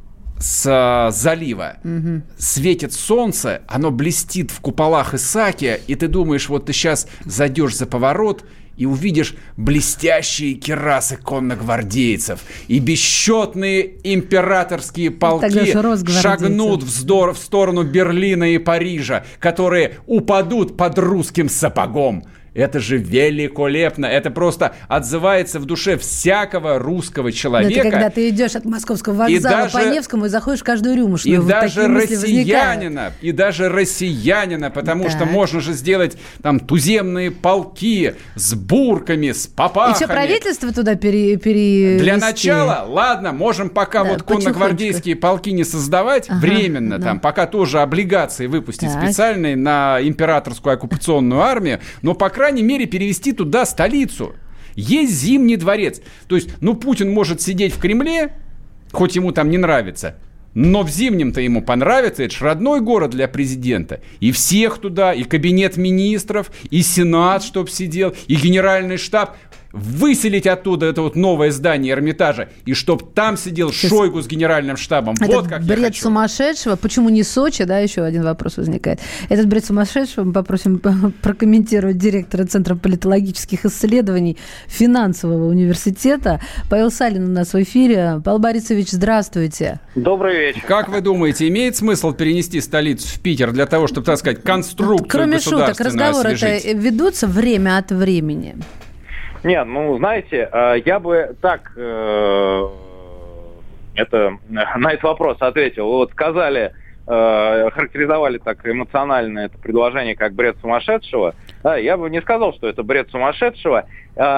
с а, залива, угу. светит солнце, оно блестит в куполах Исаакия, и ты думаешь, вот ты сейчас зайдешь за поворот и увидишь блестящие кирасы конногвардейцев, и бесчетные императорские полки шагнут в, здор- в сторону Берлина и Парижа, которые упадут под русским сапогом. Это же великолепно. Это просто отзывается в душе всякого русского человека. Это когда ты идешь от Московского вокзала даже, по Невскому и заходишь в каждую рюмочную. И вот даже россиянина, и даже россиянина, потому так. что можно же сделать там туземные полки с бурками, с попахами. И что, правительство туда пере, перевести? Для начала, ладно, можем пока да, вот конногвардейские полки не создавать ага, временно, да. там, пока тоже облигации выпустить так. специальные на императорскую оккупационную армию, но по крайней По крайней мере, перевести туда столицу. Есть Зимний дворец. То есть, ну, Путин может сидеть в Кремле, хоть ему там не нравится, но в Зимнем-то ему понравится. Это же родной город для президента. И всех туда, и кабинет министров, и Сенат, чтоб сидел, и генеральный штаб. Выселить оттуда это вот новое здание Эрмитажа, и чтоб там сидел Шойгу с генеральным штабом. Этот вот как я хочу. Бред сумасшедшего. Почему не Сочи? Да, еще один вопрос возникает. Этот бред сумасшедшего мы попросим прокомментировать директора Центра политологических исследований Финансового университета. Павел Салин у нас в эфире. Павел Борисович, здравствуйте. Добрый вечер. Как вы думаете, имеет смысл перенести столицу в Питер для того, чтобы, так сказать, конструкцию Кроме шуток, разговоры освежить? ведутся время от времени? Нет, ну, знаете, я бы так это, на этот вопрос ответил. Вот сказали, характеризовали так эмоционально это предложение как бред сумасшедшего. Да, я бы не сказал, что это бред сумасшедшего.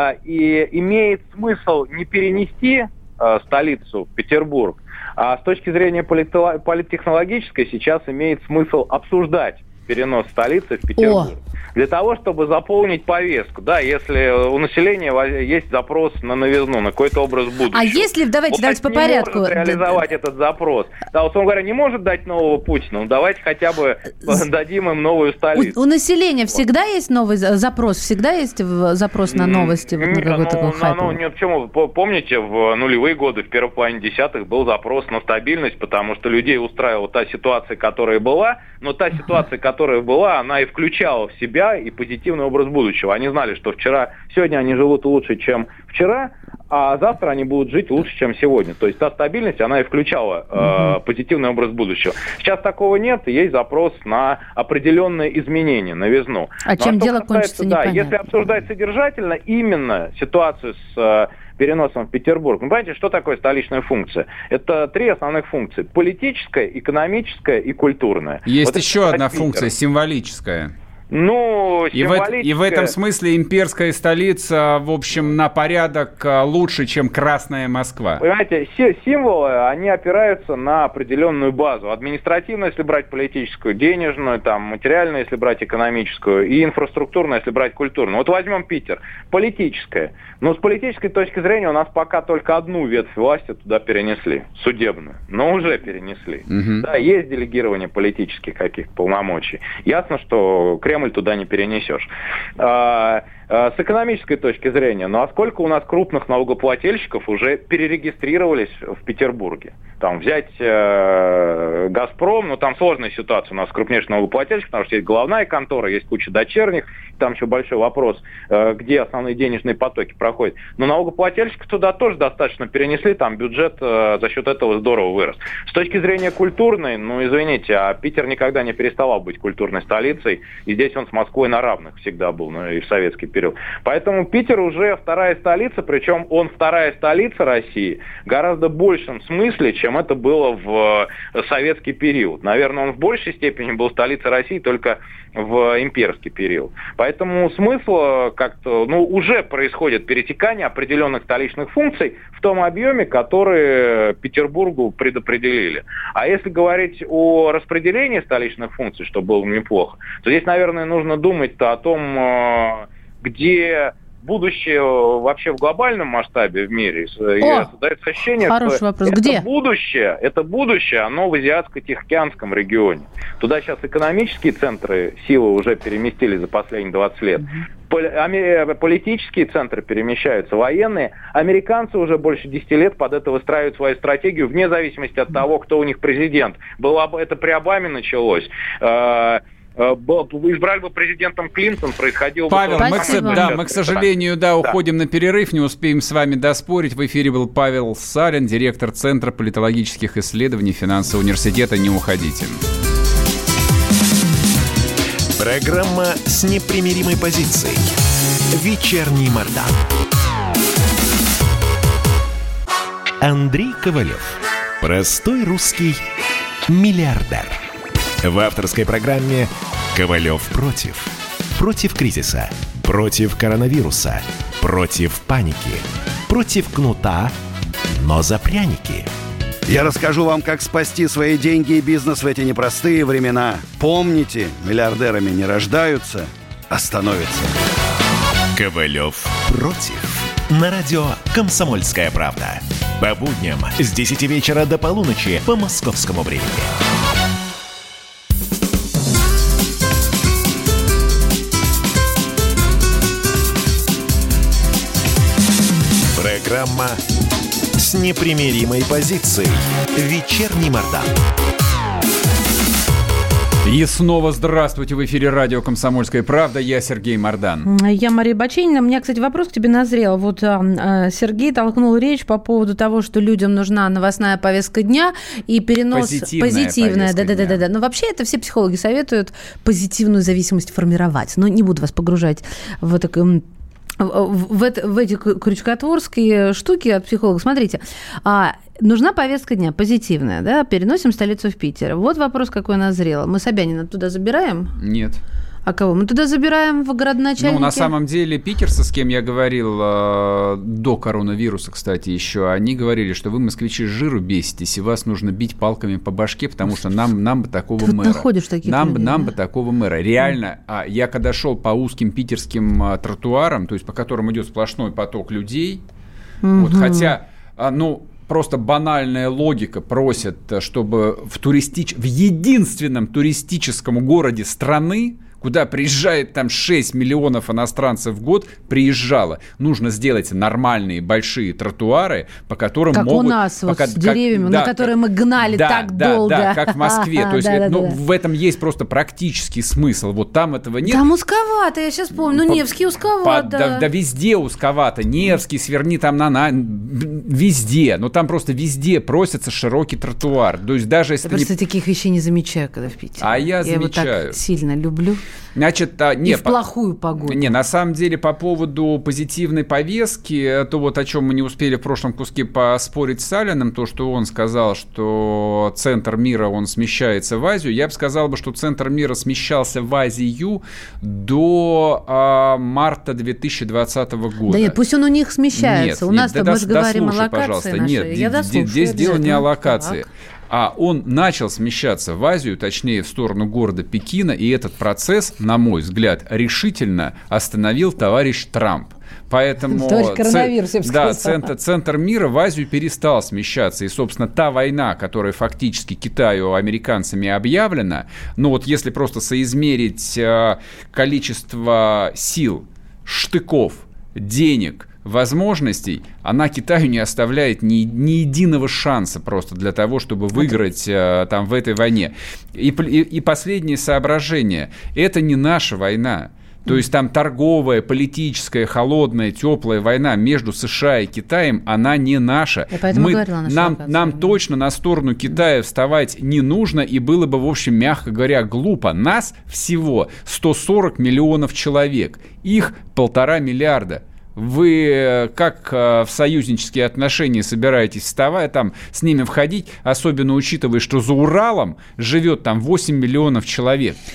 И имеет смысл не перенести столицу в Петербург, а с точки зрения политтехнологической сейчас имеет смысл обсуждать перенос столицы в Петербург. О. Для того, чтобы заполнить повестку. Да, если у населения есть запрос на новизну, на какой-то образ будущего. А если, давайте, он давайте по не порядку. может реализовать этот запрос. Да, вот, говоря, не может дать нового Путина, ну давайте хотя бы дадим им новую столицу. У, у населения вот. Всегда есть новый запрос? Всегда есть запрос на новости? Вот, на какой-то ну, такой ну, ну, почему? Помните, в нулевые годы, в первой половине десятых был запрос на стабильность, потому что людей устраивала та ситуация, которая была, но та ситуация, которая была, она и включала в себя и позитивный образ будущего. Они знали, что вчера, сегодня они живут лучше, чем вчера, а завтра они будут жить лучше, чем сегодня. То есть та стабильность, она и включала э, mm-hmm. позитивный образ будущего. Сейчас такого нет, и есть запрос на определенные изменения, новизну. А Но чем дело кончится, да, непонятно. Если обсуждать содержательно именно ситуацию с э, переносом в Петербург, вы понимаете, что такое столичная функция? Это три основных функции. Политическая, экономическая и культурная. Есть вот еще одна функция, символическая. Ну, и в, и в этом смысле имперская столица, в общем, на порядок лучше, чем Красная Москва. Понимаете, символы, они опираются на определенную базу. Административную, если брать политическую, денежную, там, материальную, если брать экономическую, и инфраструктурную, если брать культурную. Вот возьмем Питер. Политическая. Но с политической точки зрения у нас пока только одну ветвь власти туда перенесли. Судебную. Но уже перенесли. Угу. Да, есть делегирование политических каких-то полномочий. Ясно, что Кремль туда не перенесешь. А, а, с экономической точки зрения, ну а сколько у нас крупных налогоплательщиков уже перерегистрировались в Петербурге? Там взять э, «Газпром», ну там сложная ситуация у нас крупнейший налогоплательщик, потому что есть головная контора, есть куча дочерних, там еще большой вопрос, э, где основные денежные потоки проходят. Но налогоплательщиков туда тоже достаточно перенесли, там бюджет э, за счет этого здорово вырос. С точки зрения культурной, ну извините, а Питер никогда не переставал быть культурной столицей, и здесь он с Москвой на равных всегда был, ну и в советский период. Поэтому Питер уже вторая столица, причем он вторая столица России в гораздо большем смысле, чем это было в советский период. Наверное, он в большей степени был столицей России только в имперский период. Поэтому смысл как-то, ну, уже происходит перетекание определенных столичных функций в том объеме, который Петербургу предопределили. А если говорить о распределении столичных функций, что было неплохо, то здесь, наверное, нужно думать-то о том, где будущее вообще в глобальном масштабе в мире. И создается ощущение, хороший что вопрос. это Где? будущее, это будущее, оно в Азиатско-Тихоокеанском регионе. Туда сейчас экономические центры силы уже переместили за последние двадцать лет. Политические центры перемещаются, военные. Американцы уже больше десяти лет под это выстраивают свою стратегию вне зависимости от того, кто у них президент. Было, это при Обаме началось. Избрали бы президентом Клинтон, происходило Павел, бы... мы, к, да, мы, к сожалению, да, уходим да. на перерыв, не успеем с вами доспорить. В эфире был Павел Сарин, директор Центра политологических исследований Финансового университета. Не уходите. Программа с непримиримой позицией. Вечерний Мордан. Андрей Ковалев. Простой русский миллиардер. В авторской программе «Ковалев против». Против кризиса, против коронавируса, против паники, против кнута, но за пряники. Я расскажу вам, как спасти свои деньги и бизнес в эти непростые времена. Помните, миллиардерами не рождаются, а становятся. Ковалев против. На радио «Комсомольская правда». По будням с десяти вечера до полуночи по московскому времени. Программа с непримиримой позицией. Вечерний Мордан. И снова здравствуйте. В эфире радио «Комсомольская правда». Я Сергей Мордан. Я Мария Баченина. У меня, кстати, вопрос к тебе назрел. Вот а, Сергей толкнул речь по поводу того, что людям нужна новостная повестка дня и перенос... Позитивная, позитивная. Да, да, да, да, да. Но вообще это все психологи советуют позитивную зависимость формировать. Но не буду вас погружать в это... В, это, в эти крючкотворские штуки от психологов. Смотрите, а, нужна повестка дня позитивная, да? Переносим столицу в Питер. Вот вопрос, какой назрел. Мы Собянина туда забираем? Нет. А кого? Мы туда забираем в городоначальники? Ну, на самом деле, питерцы, с кем я говорил э, до коронавируса, кстати, еще, они говорили, что вы, москвичи, с жиру беситесь, и вас нужно бить палками по башке, потому что нам, нам бы такого Ты мэра. находишь таких нам, людей, нам да? бы такого мэра. Реально, а, я когда шел по узким питерским а, тротуарам, то есть по которым идет сплошной поток людей, угу. вот, хотя, а, ну... Просто банальная логика просит, чтобы в, туристич... в единственном туристическом городе страны, куда приезжает там шесть миллионов иностранцев в год, приезжало. Нужно сделать нормальные большие тротуары, по которым как могут... у нас по... вот как... с деревьями, как... на да, которые как... мы гнали да, так да, долго. Да, как в Москве. То есть да, да, ну, да. в этом есть просто практический смысл. Вот там этого нет. Там узковато, я сейчас помню. Ну, Невский узковато. По... Да, да везде узковато. Невский, сверни там на... на... Везде. Но там просто везде просится широкий тротуар. То есть даже если... Я просто не... таких вещей не замечаю, когда в Питере. А я, я замечаю. его так сильно люблю. Значит, а, не, и в плохую погоду. Не, на самом деле, по поводу позитивной повестки, то вот о чем мы не успели в прошлом куске поспорить с Салиным, то, что он сказал, что центр мира, он смещается в Азию, я бы сказал, что центр мира смещался в Азию до а, марта две тысячи двадцатого года. Да нет, пусть он у них смещается. Нет, у нас-то да, мы же говорим дослушай, о локации пожалуйста. нашей. Нет, я дослушаю, здесь дело не о локации. Так. А он начал смещаться в Азию, точнее, в сторону города Пекина, и этот процесс, на мой взгляд, решительно остановил товарищ Трамп. Поэтому коронавирус, я бы да, сказала. центр, центр мира в Азию перестал смещаться. И, собственно, та война, которая фактически Китаю американцами объявлена, ну вот если просто соизмерить э, количество сил, штыков, денег, возможностей, она Китаю не оставляет ни, ни единого шанса просто для того, чтобы выиграть э, там в этой войне. И, и, и последнее соображение. Это не наша война. То есть там торговая, политическая, холодная, теплая война между США и Китаем, она не наша. Мы, нам, нам точно на сторону Китая вставать не нужно, и было бы, в общем, мягко говоря, глупо. Нас всего сто сорок миллионов человек, их полтора миллиарда. Вы как в союзнические отношения собираетесь вставать, там, с ними входить, особенно учитывая, что за Уралом живет там восемь миллионов человек.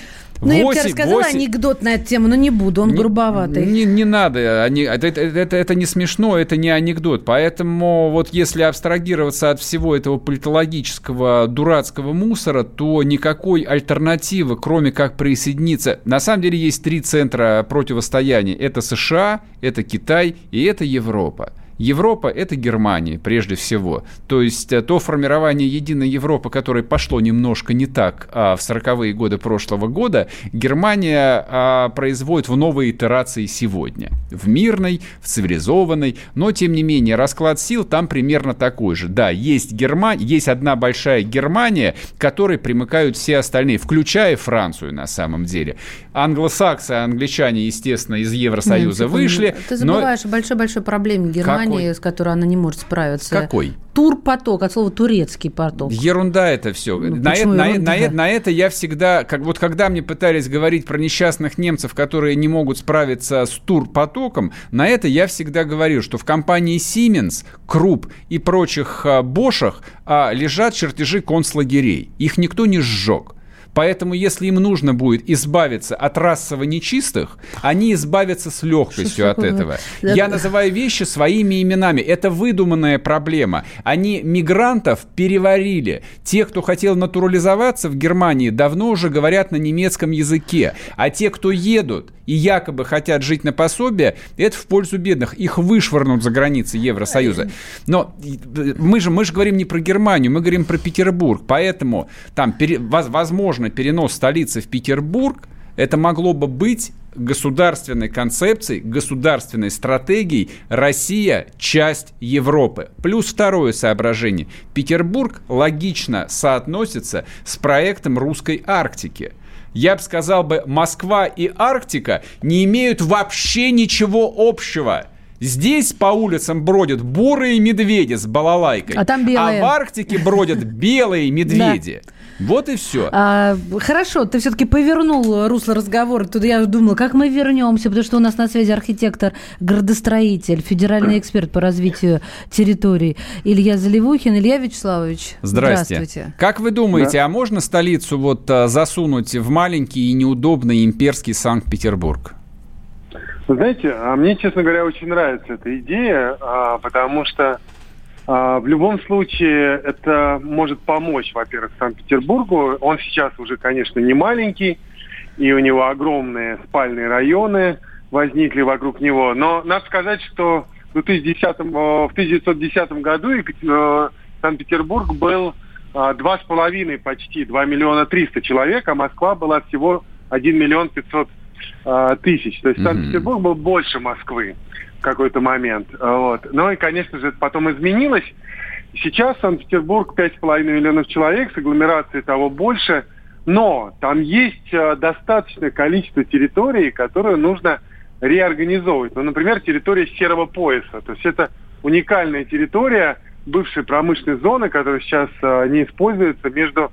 Ну, я бы тебе рассказала восемь... анекдот на эту тему, но не буду, он не, грубоватый. Не, не надо, они, это, это, это, это не смешно, это не анекдот. Поэтому вот если абстрагироваться от всего этого политологического дурацкого мусора, то никакой альтернативы, кроме как присоединиться... На самом деле есть три центра противостояния. Это США, это Китай и это Европа. Европа – это Германия, прежде всего. То есть то формирование единой Европы, которое пошло немножко не так а в сороковые годы прошлого года, Германия а, производит в новой итерации сегодня. В мирной, в цивилизованной, но, тем не менее, расклад сил там примерно такой же. Да, есть Германия, есть одна большая Германия, к которой примыкают все остальные, включая Францию на самом деле. Англосаксы, англичане, естественно, из Евросоюза Нет, вышли. Ты забываешь но... о большой-большой проблеме Германии. Какой? С которой она не может справиться. Какой? Турпоток, от слова турецкий поток. Ерунда это все. Ну, на, это, на, на, на это я всегда, как, вот когда мне пытались говорить про несчастных немцев, которые не могут справиться с турпотоком, на это я всегда говорил, что в компании Siemens, Krupp и прочих Бошах лежат чертежи концлагерей. Их никто не сжег. Поэтому, если им нужно будет избавиться от расово нечистых, они избавятся с легкостью от этого. Я называю вещи своими именами. Это выдуманная проблема. Они мигрантов переварили. Те, кто хотел натурализоваться в Германии, давно уже говорят на немецком языке. А те, кто едут и якобы хотят жить на пособие, это в пользу бедных. Их вышвырнут за границы Евросоюза. Но мы же, мы же говорим не про Германию, мы говорим про Петербург. Поэтому там, возможно, перенос столицы в Петербург, это могло бы быть государственной концепцией, государственной стратегией «Россия – часть Европы». Плюс второе соображение. Петербург логично соотносится с проектом русской Арктики. Я бы сказал, бы, Москва и Арктика не имеют вообще ничего общего. Здесь по улицам бродят бурые медведи с балалайкой, а, там белые. А в Арктике бродят белые медведи. Вот и все. А, хорошо, ты все-таки повернул русло разговора. Туда я думала, как мы вернемся, потому что у нас на связи архитектор-градостроитель, федеральный эксперт по развитию территорий Илья Заливухин. Илья Вячеславович, Здрасте. Здравствуйте. Как вы думаете, да. а можно столицу вот засунуть в маленький и неудобный имперский Санкт-Петербург? Вы знаете, а мне, честно говоря, очень нравится эта идея, потому что в любом случае это может помочь, во-первых, Санкт-Петербургу. Он сейчас уже, конечно, не маленький, и у него огромные спальные районы возникли вокруг него. Но надо сказать, что в две тысячи десятом, в тысяча девятьсот десятом году Санкт-Петербург был два с половиной почти, два миллиона триста человек, а Москва была всего один миллион пятьсот тысяч. То есть mm-hmm. Санкт-Петербург был больше Москвы в какой-то момент. Вот. Ну и, конечно же, это потом изменилось. Сейчас Санкт-Петербург пять с половиной миллионов человек, с агломерацией того больше, но там есть достаточное количество территорий, которые нужно реорганизовывать. Ну, например, территория серого пояса. То есть это уникальная территория бывшей промышленной зоны, которая сейчас не используется между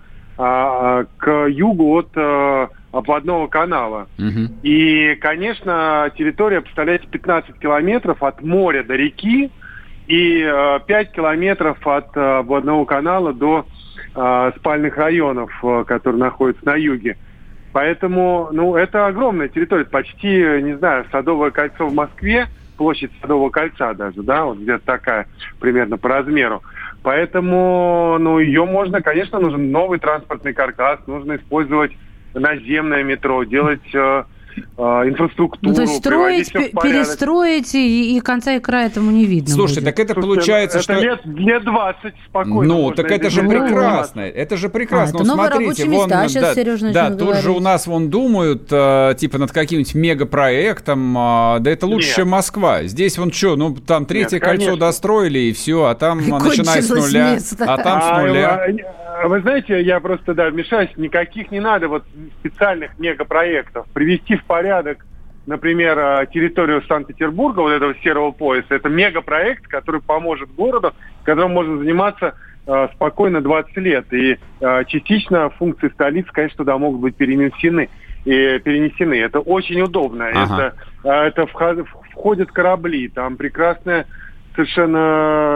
к югу от обводного канала. Uh-huh. И, конечно, территория представляет пятнадцать километров от моря до реки и э, пять километров от э, обводного канала до э, спальных районов, э, которые находятся на юге. Поэтому, ну, это огромная территория, почти, не знаю, Садовое кольцо в Москве, площадь Садового кольца даже, да, вот где-то такая примерно по размеру. Поэтому, ну, ее можно, конечно, нужен новый транспортный каркас, нужно использовать наземное метро, делать э, э, инфраструктуру. Ну, то есть строить, перестроить, и, и конца и края этому не видно. Слушайте, будет. так это Слушайте, получается, это что... лет, лет двадцать спокойно. Ну, так это же прекрасно. Это же прекрасно. А, это ну, новые смотрите, рабочие места, вон, сейчас да, Сережа да, начнет тут говорить. же у нас вон думают, э, типа, над каким-нибудь мегапроектом. Э, да это лучше, Нет. чем Москва. Здесь вон что, ну, там третье Нет, кольцо достроили, и все, а там начиная с нуля. А там с нуля. Вы знаете, я просто, да, вмешаюсь, никаких не надо вот специальных мегапроектов. Привести в порядок, например, территорию Санкт-Петербурга, вот этого серого пояса, это мегапроект, который поможет городу, которым можно заниматься э, спокойно двадцать лет. И э, частично функции столицы, конечно, туда могут быть перенесены. И перенесены. Это очень удобно. Ага. Это, э, это вход, входят корабли, там прекрасная совершенно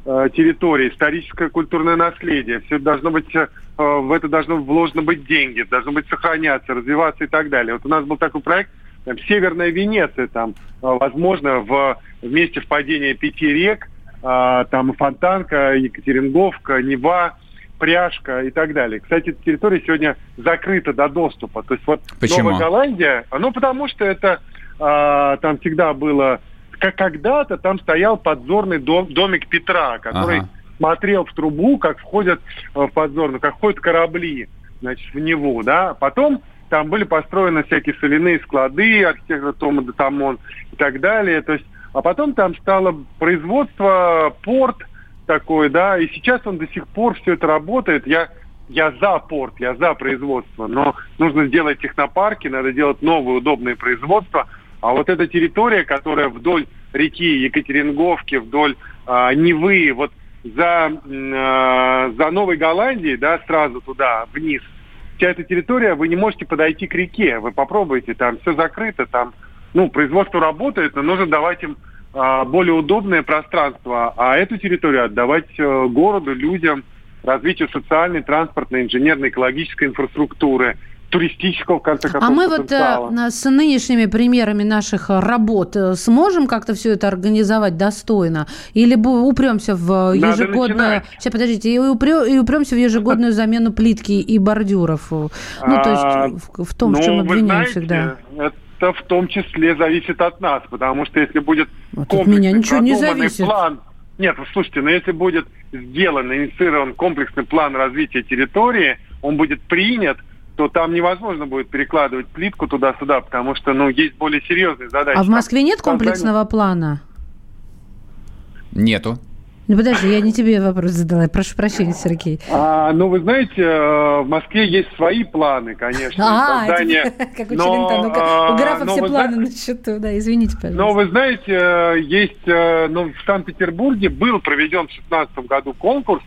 э, территория, историческое культурное наследие. Все должно быть, э, в это должно вложено быть деньги, должно быть сохраняться, развиваться и так далее. Вот у нас был такой проект, там, Северная Венеция, там, э, возможно, в, в месте впадения пяти рек, э, там Фонтанка, Екатеринговка, Нева, Пряжка и так далее. Кстати, эта территория сегодня закрыта до доступа. То есть вот Почему? Новая Голландия, ну потому что это а, там всегда было, как когда-то там стоял подзорный дом, домик Петра, который ага. смотрел в трубу, как входят в подзорную, как входят корабли, значит, в Неву, да. Потом там были построены всякие соляные склады, архитектор Тома де Тамон и так далее. То есть, а потом там стало производство, порт такой, да, и сейчас он до сих пор все это работает. Я, я за порт, я за производство, но нужно сделать технопарки, надо делать новые удобные производства. А вот эта территория, которая вдоль реки Екатеринговки, вдоль а, Невы, вот за, а, за Новой Голландией, да, сразу туда, вниз, вся эта территория, вы не можете подойти к реке, вы попробуйте, там все закрыто, там, ну, производство работает, но нужно давать им более удобное пространство, а эту территорию отдавать городу, людям, развитию социальной, транспортной, инженерной, экологической инфраструктуры, туристического, в конце концов, А мы вот потенциала. с нынешними примерами наших работ сможем как-то все это организовать достойно? Или упремся в ежегодную... Сейчас, подождите, и, упрё... и упремся в ежегодную замену плитки и бордюров? Ну, то есть в, в том, ну, в чем обвиняют знаете, всегда. Это в том числе зависит от нас, потому что если будет вот комплексный продуманный план... Нет, слушайте, но если будет сделан, инициирован комплексный план развития территории, он будет принят, то там невозможно будет перекладывать плитку туда-сюда, потому что, ну, есть более серьезные задачи. А в Москве там нет комплексного создание... плана? Нету. Ну, подожди, я не тебе вопрос задала. Прошу прощения, Сергей. А, ну, вы знаете, в Москве есть свои планы, конечно. А, создание... как у Челентана. У графа все планы зна... на счету, да, извините, пожалуйста. Но вы знаете, есть, ну, в Санкт-Петербурге был проведен в две тысячи шестнадцатом году конкурс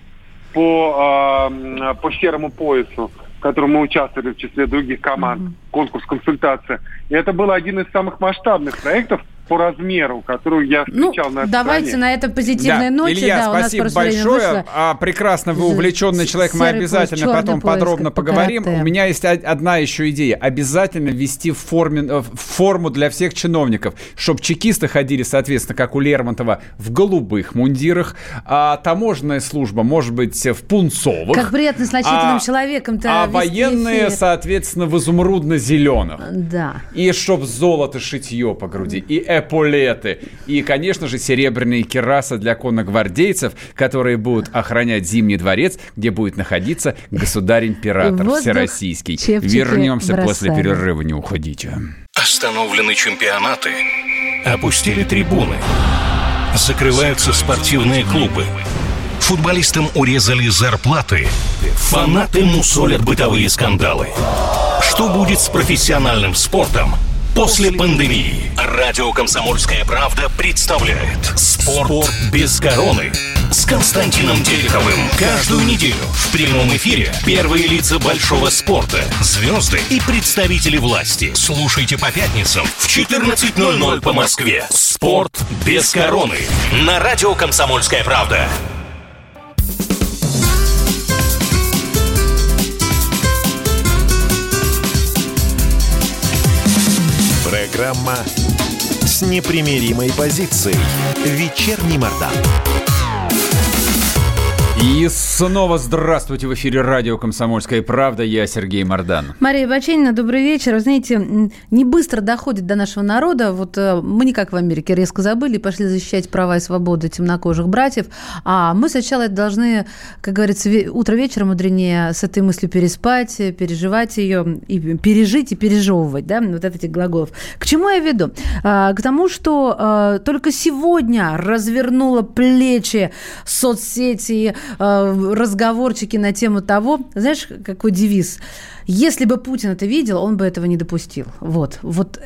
по, по серому поясу, в котором мы участвовали в числе других команд, mm-hmm. конкурс «Консультация». И это был один из самых масштабных проектов по размеру, которую я встречал ну, на этой давайте стране. на этой позитивной да. ноте. Илья, да, спасибо у нас большое. А, прекрасно, вы увлеченный человек, мы обязательно поиск, потом подробно поговорим. У меня есть одна еще идея. Обязательно ввести в, форме, в форму для всех чиновников, чтобы чекисты ходили, соответственно, как у Лермонтова, в голубых мундирах, а таможенная служба, может быть, в пунцовых. Как приятно с значительным а, человеком-то. А военные, эфир. соответственно, в изумрудно-зеленых. Да. И чтоб золото шитье по груди, и эполеты. И, конечно же, серебряные кирасы для конногвардейцев, которые будут охранять Зимний дворец, где будет находиться государь-император всероссийский. Вернемся бросали. После перерыва, не уходите. Остановлены чемпионаты, опустили трибуны, закрываются спортивные клубы, футболистам урезали зарплаты, фанаты мусолят бытовые скандалы. Что будет с профессиональным спортом после пандемии? Радио «Комсомольская правда» представляет «Спорт без короны» с Константином Тереховым. Каждую неделю в прямом эфире первые лица большого спорта, звезды и представители власти. Слушайте по пятницам в четырнадцать ноль ноль по Москве. «Спорт без короны» на радио «Комсомольская правда». Программа с непримиримой позицией. Вечерний Мордан. И снова здравствуйте, в эфире радио «Комсомольская правда». Я Сергей Мордан. Мария Баченина, добрый вечер. Вы знаете, не быстро доходит до нашего народа. Вот мы не как в Америке резко забыли и пошли защищать права и свободы темнокожих братьев. А мы сначала должны, как говорится, утро вечера мудренее с этой мыслью переспать, переживать ее, и пережить и пережевывать. Да? Вот это этих глаголов. К чему я веду? А, к тому, что а, только сегодня развернула плечи соцсети, разговорчики на тему того, знаешь, какой девиз? Если бы Путин это видел, он бы этого не допустил. Вот, вот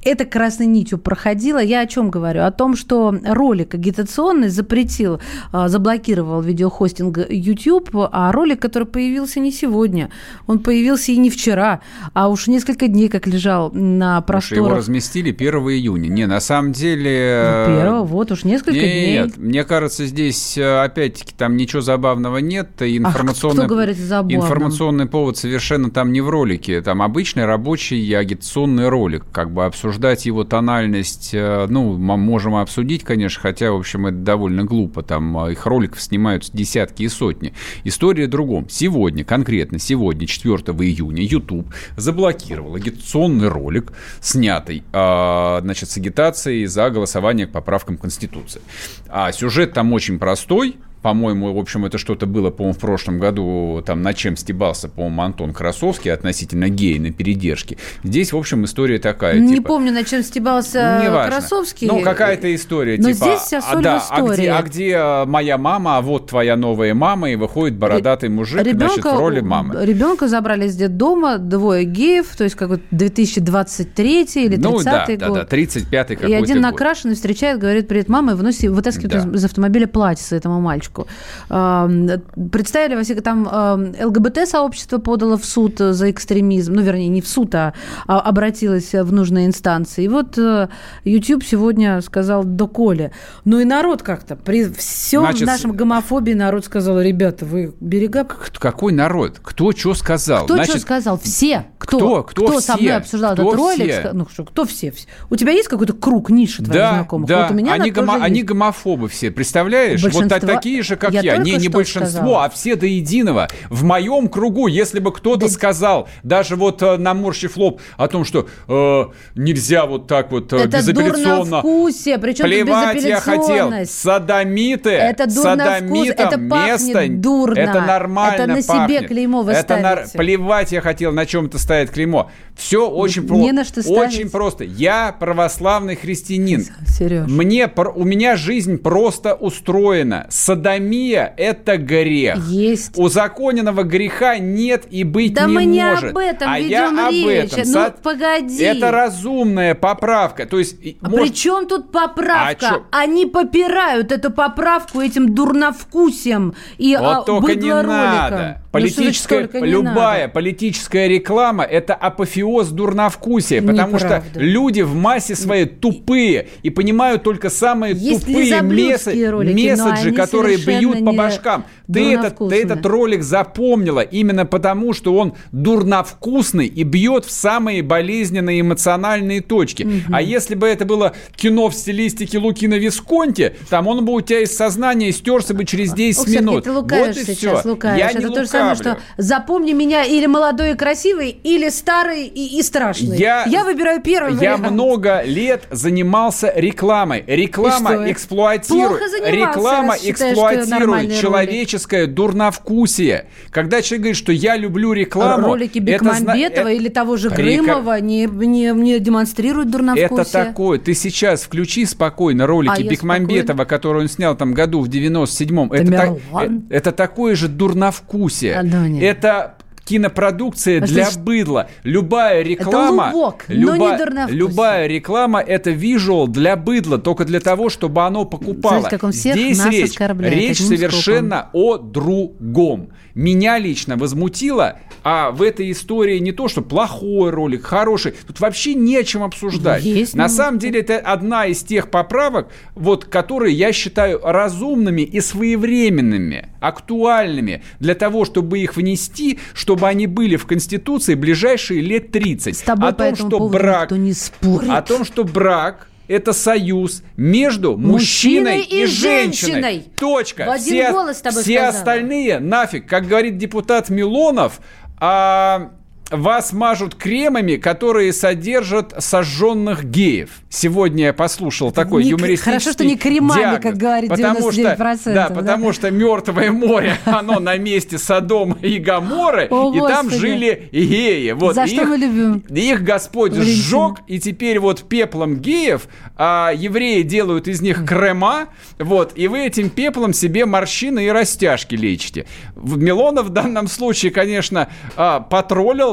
это красной нитью проходило. Я о чем говорю? О том, что ролик агитационный запретил, заблокировал видеохостинг YouTube, а ролик, который появился не сегодня, он появился и не вчера, а уж несколько дней как лежал на просторах. Его разместили первого июня. Не, на самом деле... Первого, вот уж несколько нет, дней. Нет, мне кажется, здесь опять-таки там ничего забавного нет. Информационный, Ах, кто говорит забавным? Информационный повод совершенно там не в ролике. Там обычный рабочий агитационный ролик. Как бы обсуждать его тональность, ну, мы можем обсудить, конечно, хотя, в общем, это довольно глупо. Там их роликов снимаются десятки и сотни. История в другом. Сегодня, конкретно сегодня, четвёртого июня, YouTube заблокировал агитационный ролик, снятый, значит, с агитацией за голосование к поправкам Конституции. А сюжет там очень простой. По-моему, в общем, это что-то было, по-моему, в прошлом году, там, над чем стебался, по-моему, Антон Красовский относительно гея на передержке. Здесь, в общем, история такая. Не типа, помню, над чем стебался неважно. Красовский. Ну, какая-то история. Но типа, здесь вся соль да, в истории. А где, а где моя мама, а вот твоя новая мама, и выходит бородатый мужик, ребенка, значит, в роли мамы. Ребенка забрали из детдома, двое геев, то есть как две тысячи двадцать третий или тридцатый ну, да, год. Да, да, тридцать пятый какой-то И один год. накрашенный встречает, говорит, привет, мама, и выносит, вытаскивает да. из автомобиля платье этому мальчику. Представили, во всяком там ЛГБТ-сообщество подало в суд за экстремизм, ну, вернее, не в суд, а обратилось в нужные инстанции. И вот YouTube сегодня сказал доколе. Ну и народ как-то, при всем Значит, нашем гомофобии народ сказал, ребята, вы берега... Какой народ? Кто что сказал? Кто Значит, что сказал? Все. Кто? Кто, кто, кто все? со мной обсуждал кто этот ролик? Все? Ну что, кто все? У тебя есть какой-то круг, ниша твоих да, знакомых? Да, вот у меня они, гомо- они есть. гомофобы все, представляешь? Большинство... Вот такие же, как я. я. Не, не большинство, сказала. а все до единого. В моем кругу, если бы кто-то да... сказал, даже вот наморщив лоб, о том, что э, нельзя вот так вот э, это безапелляционно... Это дурновкусие, причем плевать я хотел. Садомиты, это садомитам это место... дурно. Это нормально Это на пахнет. себе клеймо вы это ставите. На... Плевать я хотел, на чем это ставит клеймо. Все очень не просто. На что очень просто. Я православный христианин. Сереж. Мне, у меня жизнь просто устроена. Содомия – это грех. Есть. Узаконенного греха нет и быть да не мы не может. об этом а ведем я речь. об этом. Ну, Со... погоди. Это разумная поправка. То есть, а может... при чем тут поправка? А Они попирают эту поправку этим дурновкусием и вот а, только не надо. Политическая, ну, любая надо? политическая реклама – это апофеоз дурновкусия, потому Неправда. что люди в массе своей тупые и понимают только самые Есть тупые месседжи, ролики, месседжи которые бьют по башкам. Ты этот, ты этот ролик запомнила именно потому, что он дурновкусный и бьет в самые болезненные эмоциональные точки. Угу. А если бы это было кино в стилистике Лукино Висконти, там он бы у тебя из сознания стерся бы через десять Ох, минут. Сергей, ты лукавишь вот и сейчас, все. лукавишь. Я это не то лукавлю. же самое, что запомни меня или молодой и красивый, или старый и, и страшный. Я, я выбираю первый Я вариант. много лет занимался рекламой. Реклама эксплуатирует, реклама эксплуатирует человеческое ролик. Дурновкусие. Когда человек говорит, что я люблю рекламу... Ролики Бекмамбетова это, или того же река... Грымова не, не, не демонстрируют дурновкусие. Это такое. Ты сейчас включи спокойно ролики а Бекмамбетова, которые он снял там году в девяносто седьмом. Это, это, так, это такое же дурновкусие. А, да, это... кинопродукция а для что, быдла. Любая реклама... Это лубок, люба, но не дурновкусие. Любая реклама – это визуал для быдла, только для того, чтобы оно покупало. Знаете, как он всех Здесь нас речь, оскорбляет речь совершенно скопом. О другом. Меня лично возмутило, а в этой истории не то, что плохой ролик, хороший. Тут вообще не о чем обсуждать. Есть, На ну, самом деле это одна из тех поправок, вот, которые я считаю разумными и своевременными, актуальными для того, чтобы их внести, чтобы они были в Конституции ближайшие лет тридцать. С тобой о по том, этому что поводу брак, никто не спорит. О том, что брак – это союз между мужчиной, мужчиной и, и женщиной. женщиной. Точка. В один все голос с тобой все сказала. Остальные нафиг, как говорит депутат Милонов, а... вас мажут кремами, которые содержат сожженных геев. Сегодня я послушал такой не, юмористический Хорошо, что не кремами, диагноз, как говорит потому девяносто девять процентов. Что, да, да, потому что Мертвое море, оно на месте Содома и Гоморры, О, и там Господи. жили геи. Вот, За что их, мы любим? Их Господь Валентина. сжег, и теперь вот пеплом геев а евреи делают из них крема, вот, и вы этим пеплом себе морщины и растяжки лечите. Милонов в данном случае, конечно, потроллил,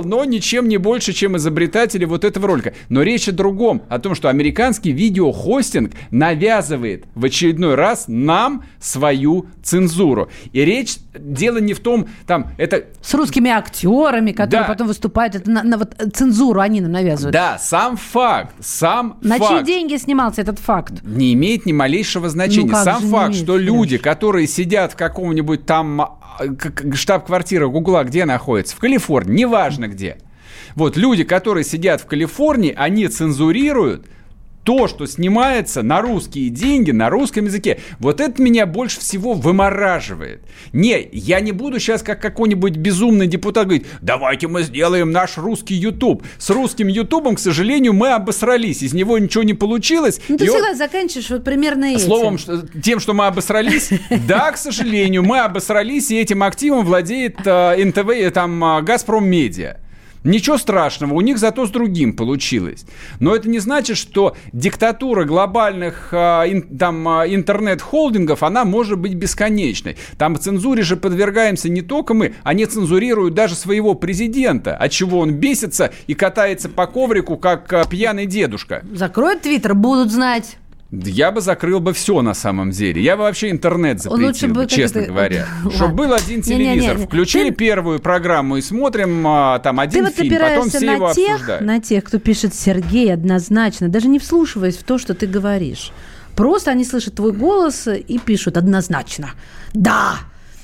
но ничем не больше, чем изобретатели вот этого ролика. Но речь о другом, о том, что американский видеохостинг навязывает в очередной раз нам свою цензуру. И речь, дело не в том, там, это... С русскими актерами, которые Да. потом выступают, это на, на вот цензуру они нам навязывают. Да, сам факт, сам На факт. чьи деньги снимался этот факт? Не имеет ни малейшего значения. Ну как Сам же не факт, имеет, что Сереж? люди, которые сидят в каком-нибудь там а, к- к- штаб-квартира Гугла, где находится? В Калифорнии, неважно где. Вот люди, которые сидят в Калифорнии, они цензурируют то, что снимается на русские деньги, на русском языке. Вот это меня больше всего вымораживает. Не, я не буду сейчас как какой-нибудь безумный депутат говорить, давайте мы сделаем наш русский YouTube. С русским YouTube'ом, к сожалению, мы обосрались, из него ничего не получилось. Ну, ты И он- всегда заканчиваешь вот примерно этим. Словом, что- тем, что мы обосрались, да, к сожалению, мы обосрались, и этим активом владеет э, эн тэ вэ, там, э, Газпром Медиа. Ничего страшного, у них зато с другим получилось. Но это не значит, что диктатура глобальных э, ин- там, э, интернет-холдингов, она может быть бесконечной. Там цензуре же подвергаемся не только мы, они цензурируют даже своего президента, от чего он бесится и катается по коврику, как э, пьяный дедушка. Закроют Твиттер, будут знать. Я бы закрыл бы все на самом деле. Я бы вообще интернет запретил, Лучше бы бы, честно как-то- говоря. Ладно. Чтобы был один Не-не-не. телевизор. Включили Ты- первую программу и смотрим а, там Ты один вот фильм, потом опираешься все его на тех, обсуждают. на тех, кто пишет Сергей однозначно, даже не вслушиваясь в то, что ты говоришь. Просто они слышат твой голос и пишут однозначно. Да,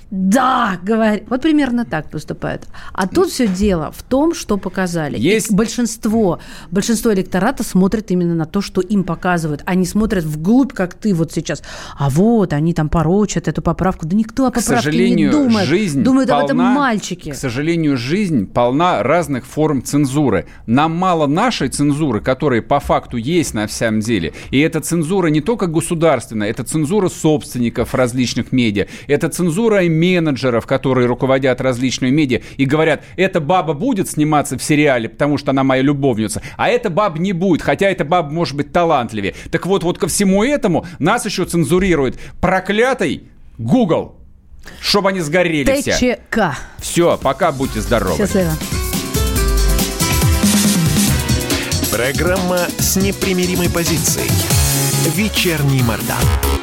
да, говори. Вот примерно так поступают. А тут все дело в том, что показали. Есть- И большинство, большинство электората смотрит именно на то, что им показывают. Они смотрят вглубь, как ты вот сейчас. А вот, они там порочат эту поправку. Да никто о К поправке сожалению, не думает. жизнь Думают об этом полна- мальчики. К сожалению, жизнь полна разных форм цензуры. Нам мало нашей цензуры, которая по факту есть на самом деле. И эта цензура не только государственная, это цензура собственников различных медиа, это цензура менеджеров, которые руководят различными медиа и говорят, эта баба будет сниматься в сериале, потому что она моя любовница, а эта баба не будет, хотя эта баба может быть талантливее. Так вот, вот ко всему этому нас еще цензурирует проклятый Google. Чтобы они сгорели все. тэ че ка. Все, пока, будьте здоровы. Счастливо. Программа с непримиримой позицией. Вечерний Мордан.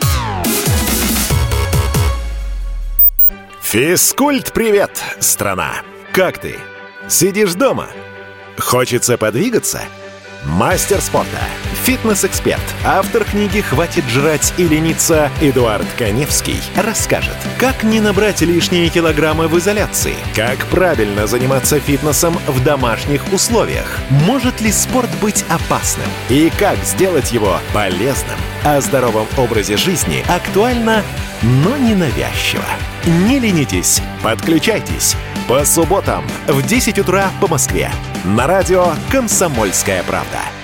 Физкульт-привет, страна! Как ты? Сидишь дома? Хочется подвигаться? Мастер спорта, фитнес-эксперт, автор книги «Хватит жрать и лениться» Эдуард Каневский расскажет, как не набрать лишние килограммы в изоляции, как правильно заниматься фитнесом в домашних условиях, может ли спорт быть опасным и как сделать его полезным. О здоровом образе жизни актуально, но не навязчиво. Не ленитесь, подключайтесь. По субботам в десять утра по Москве. На радио «Комсомольская правда».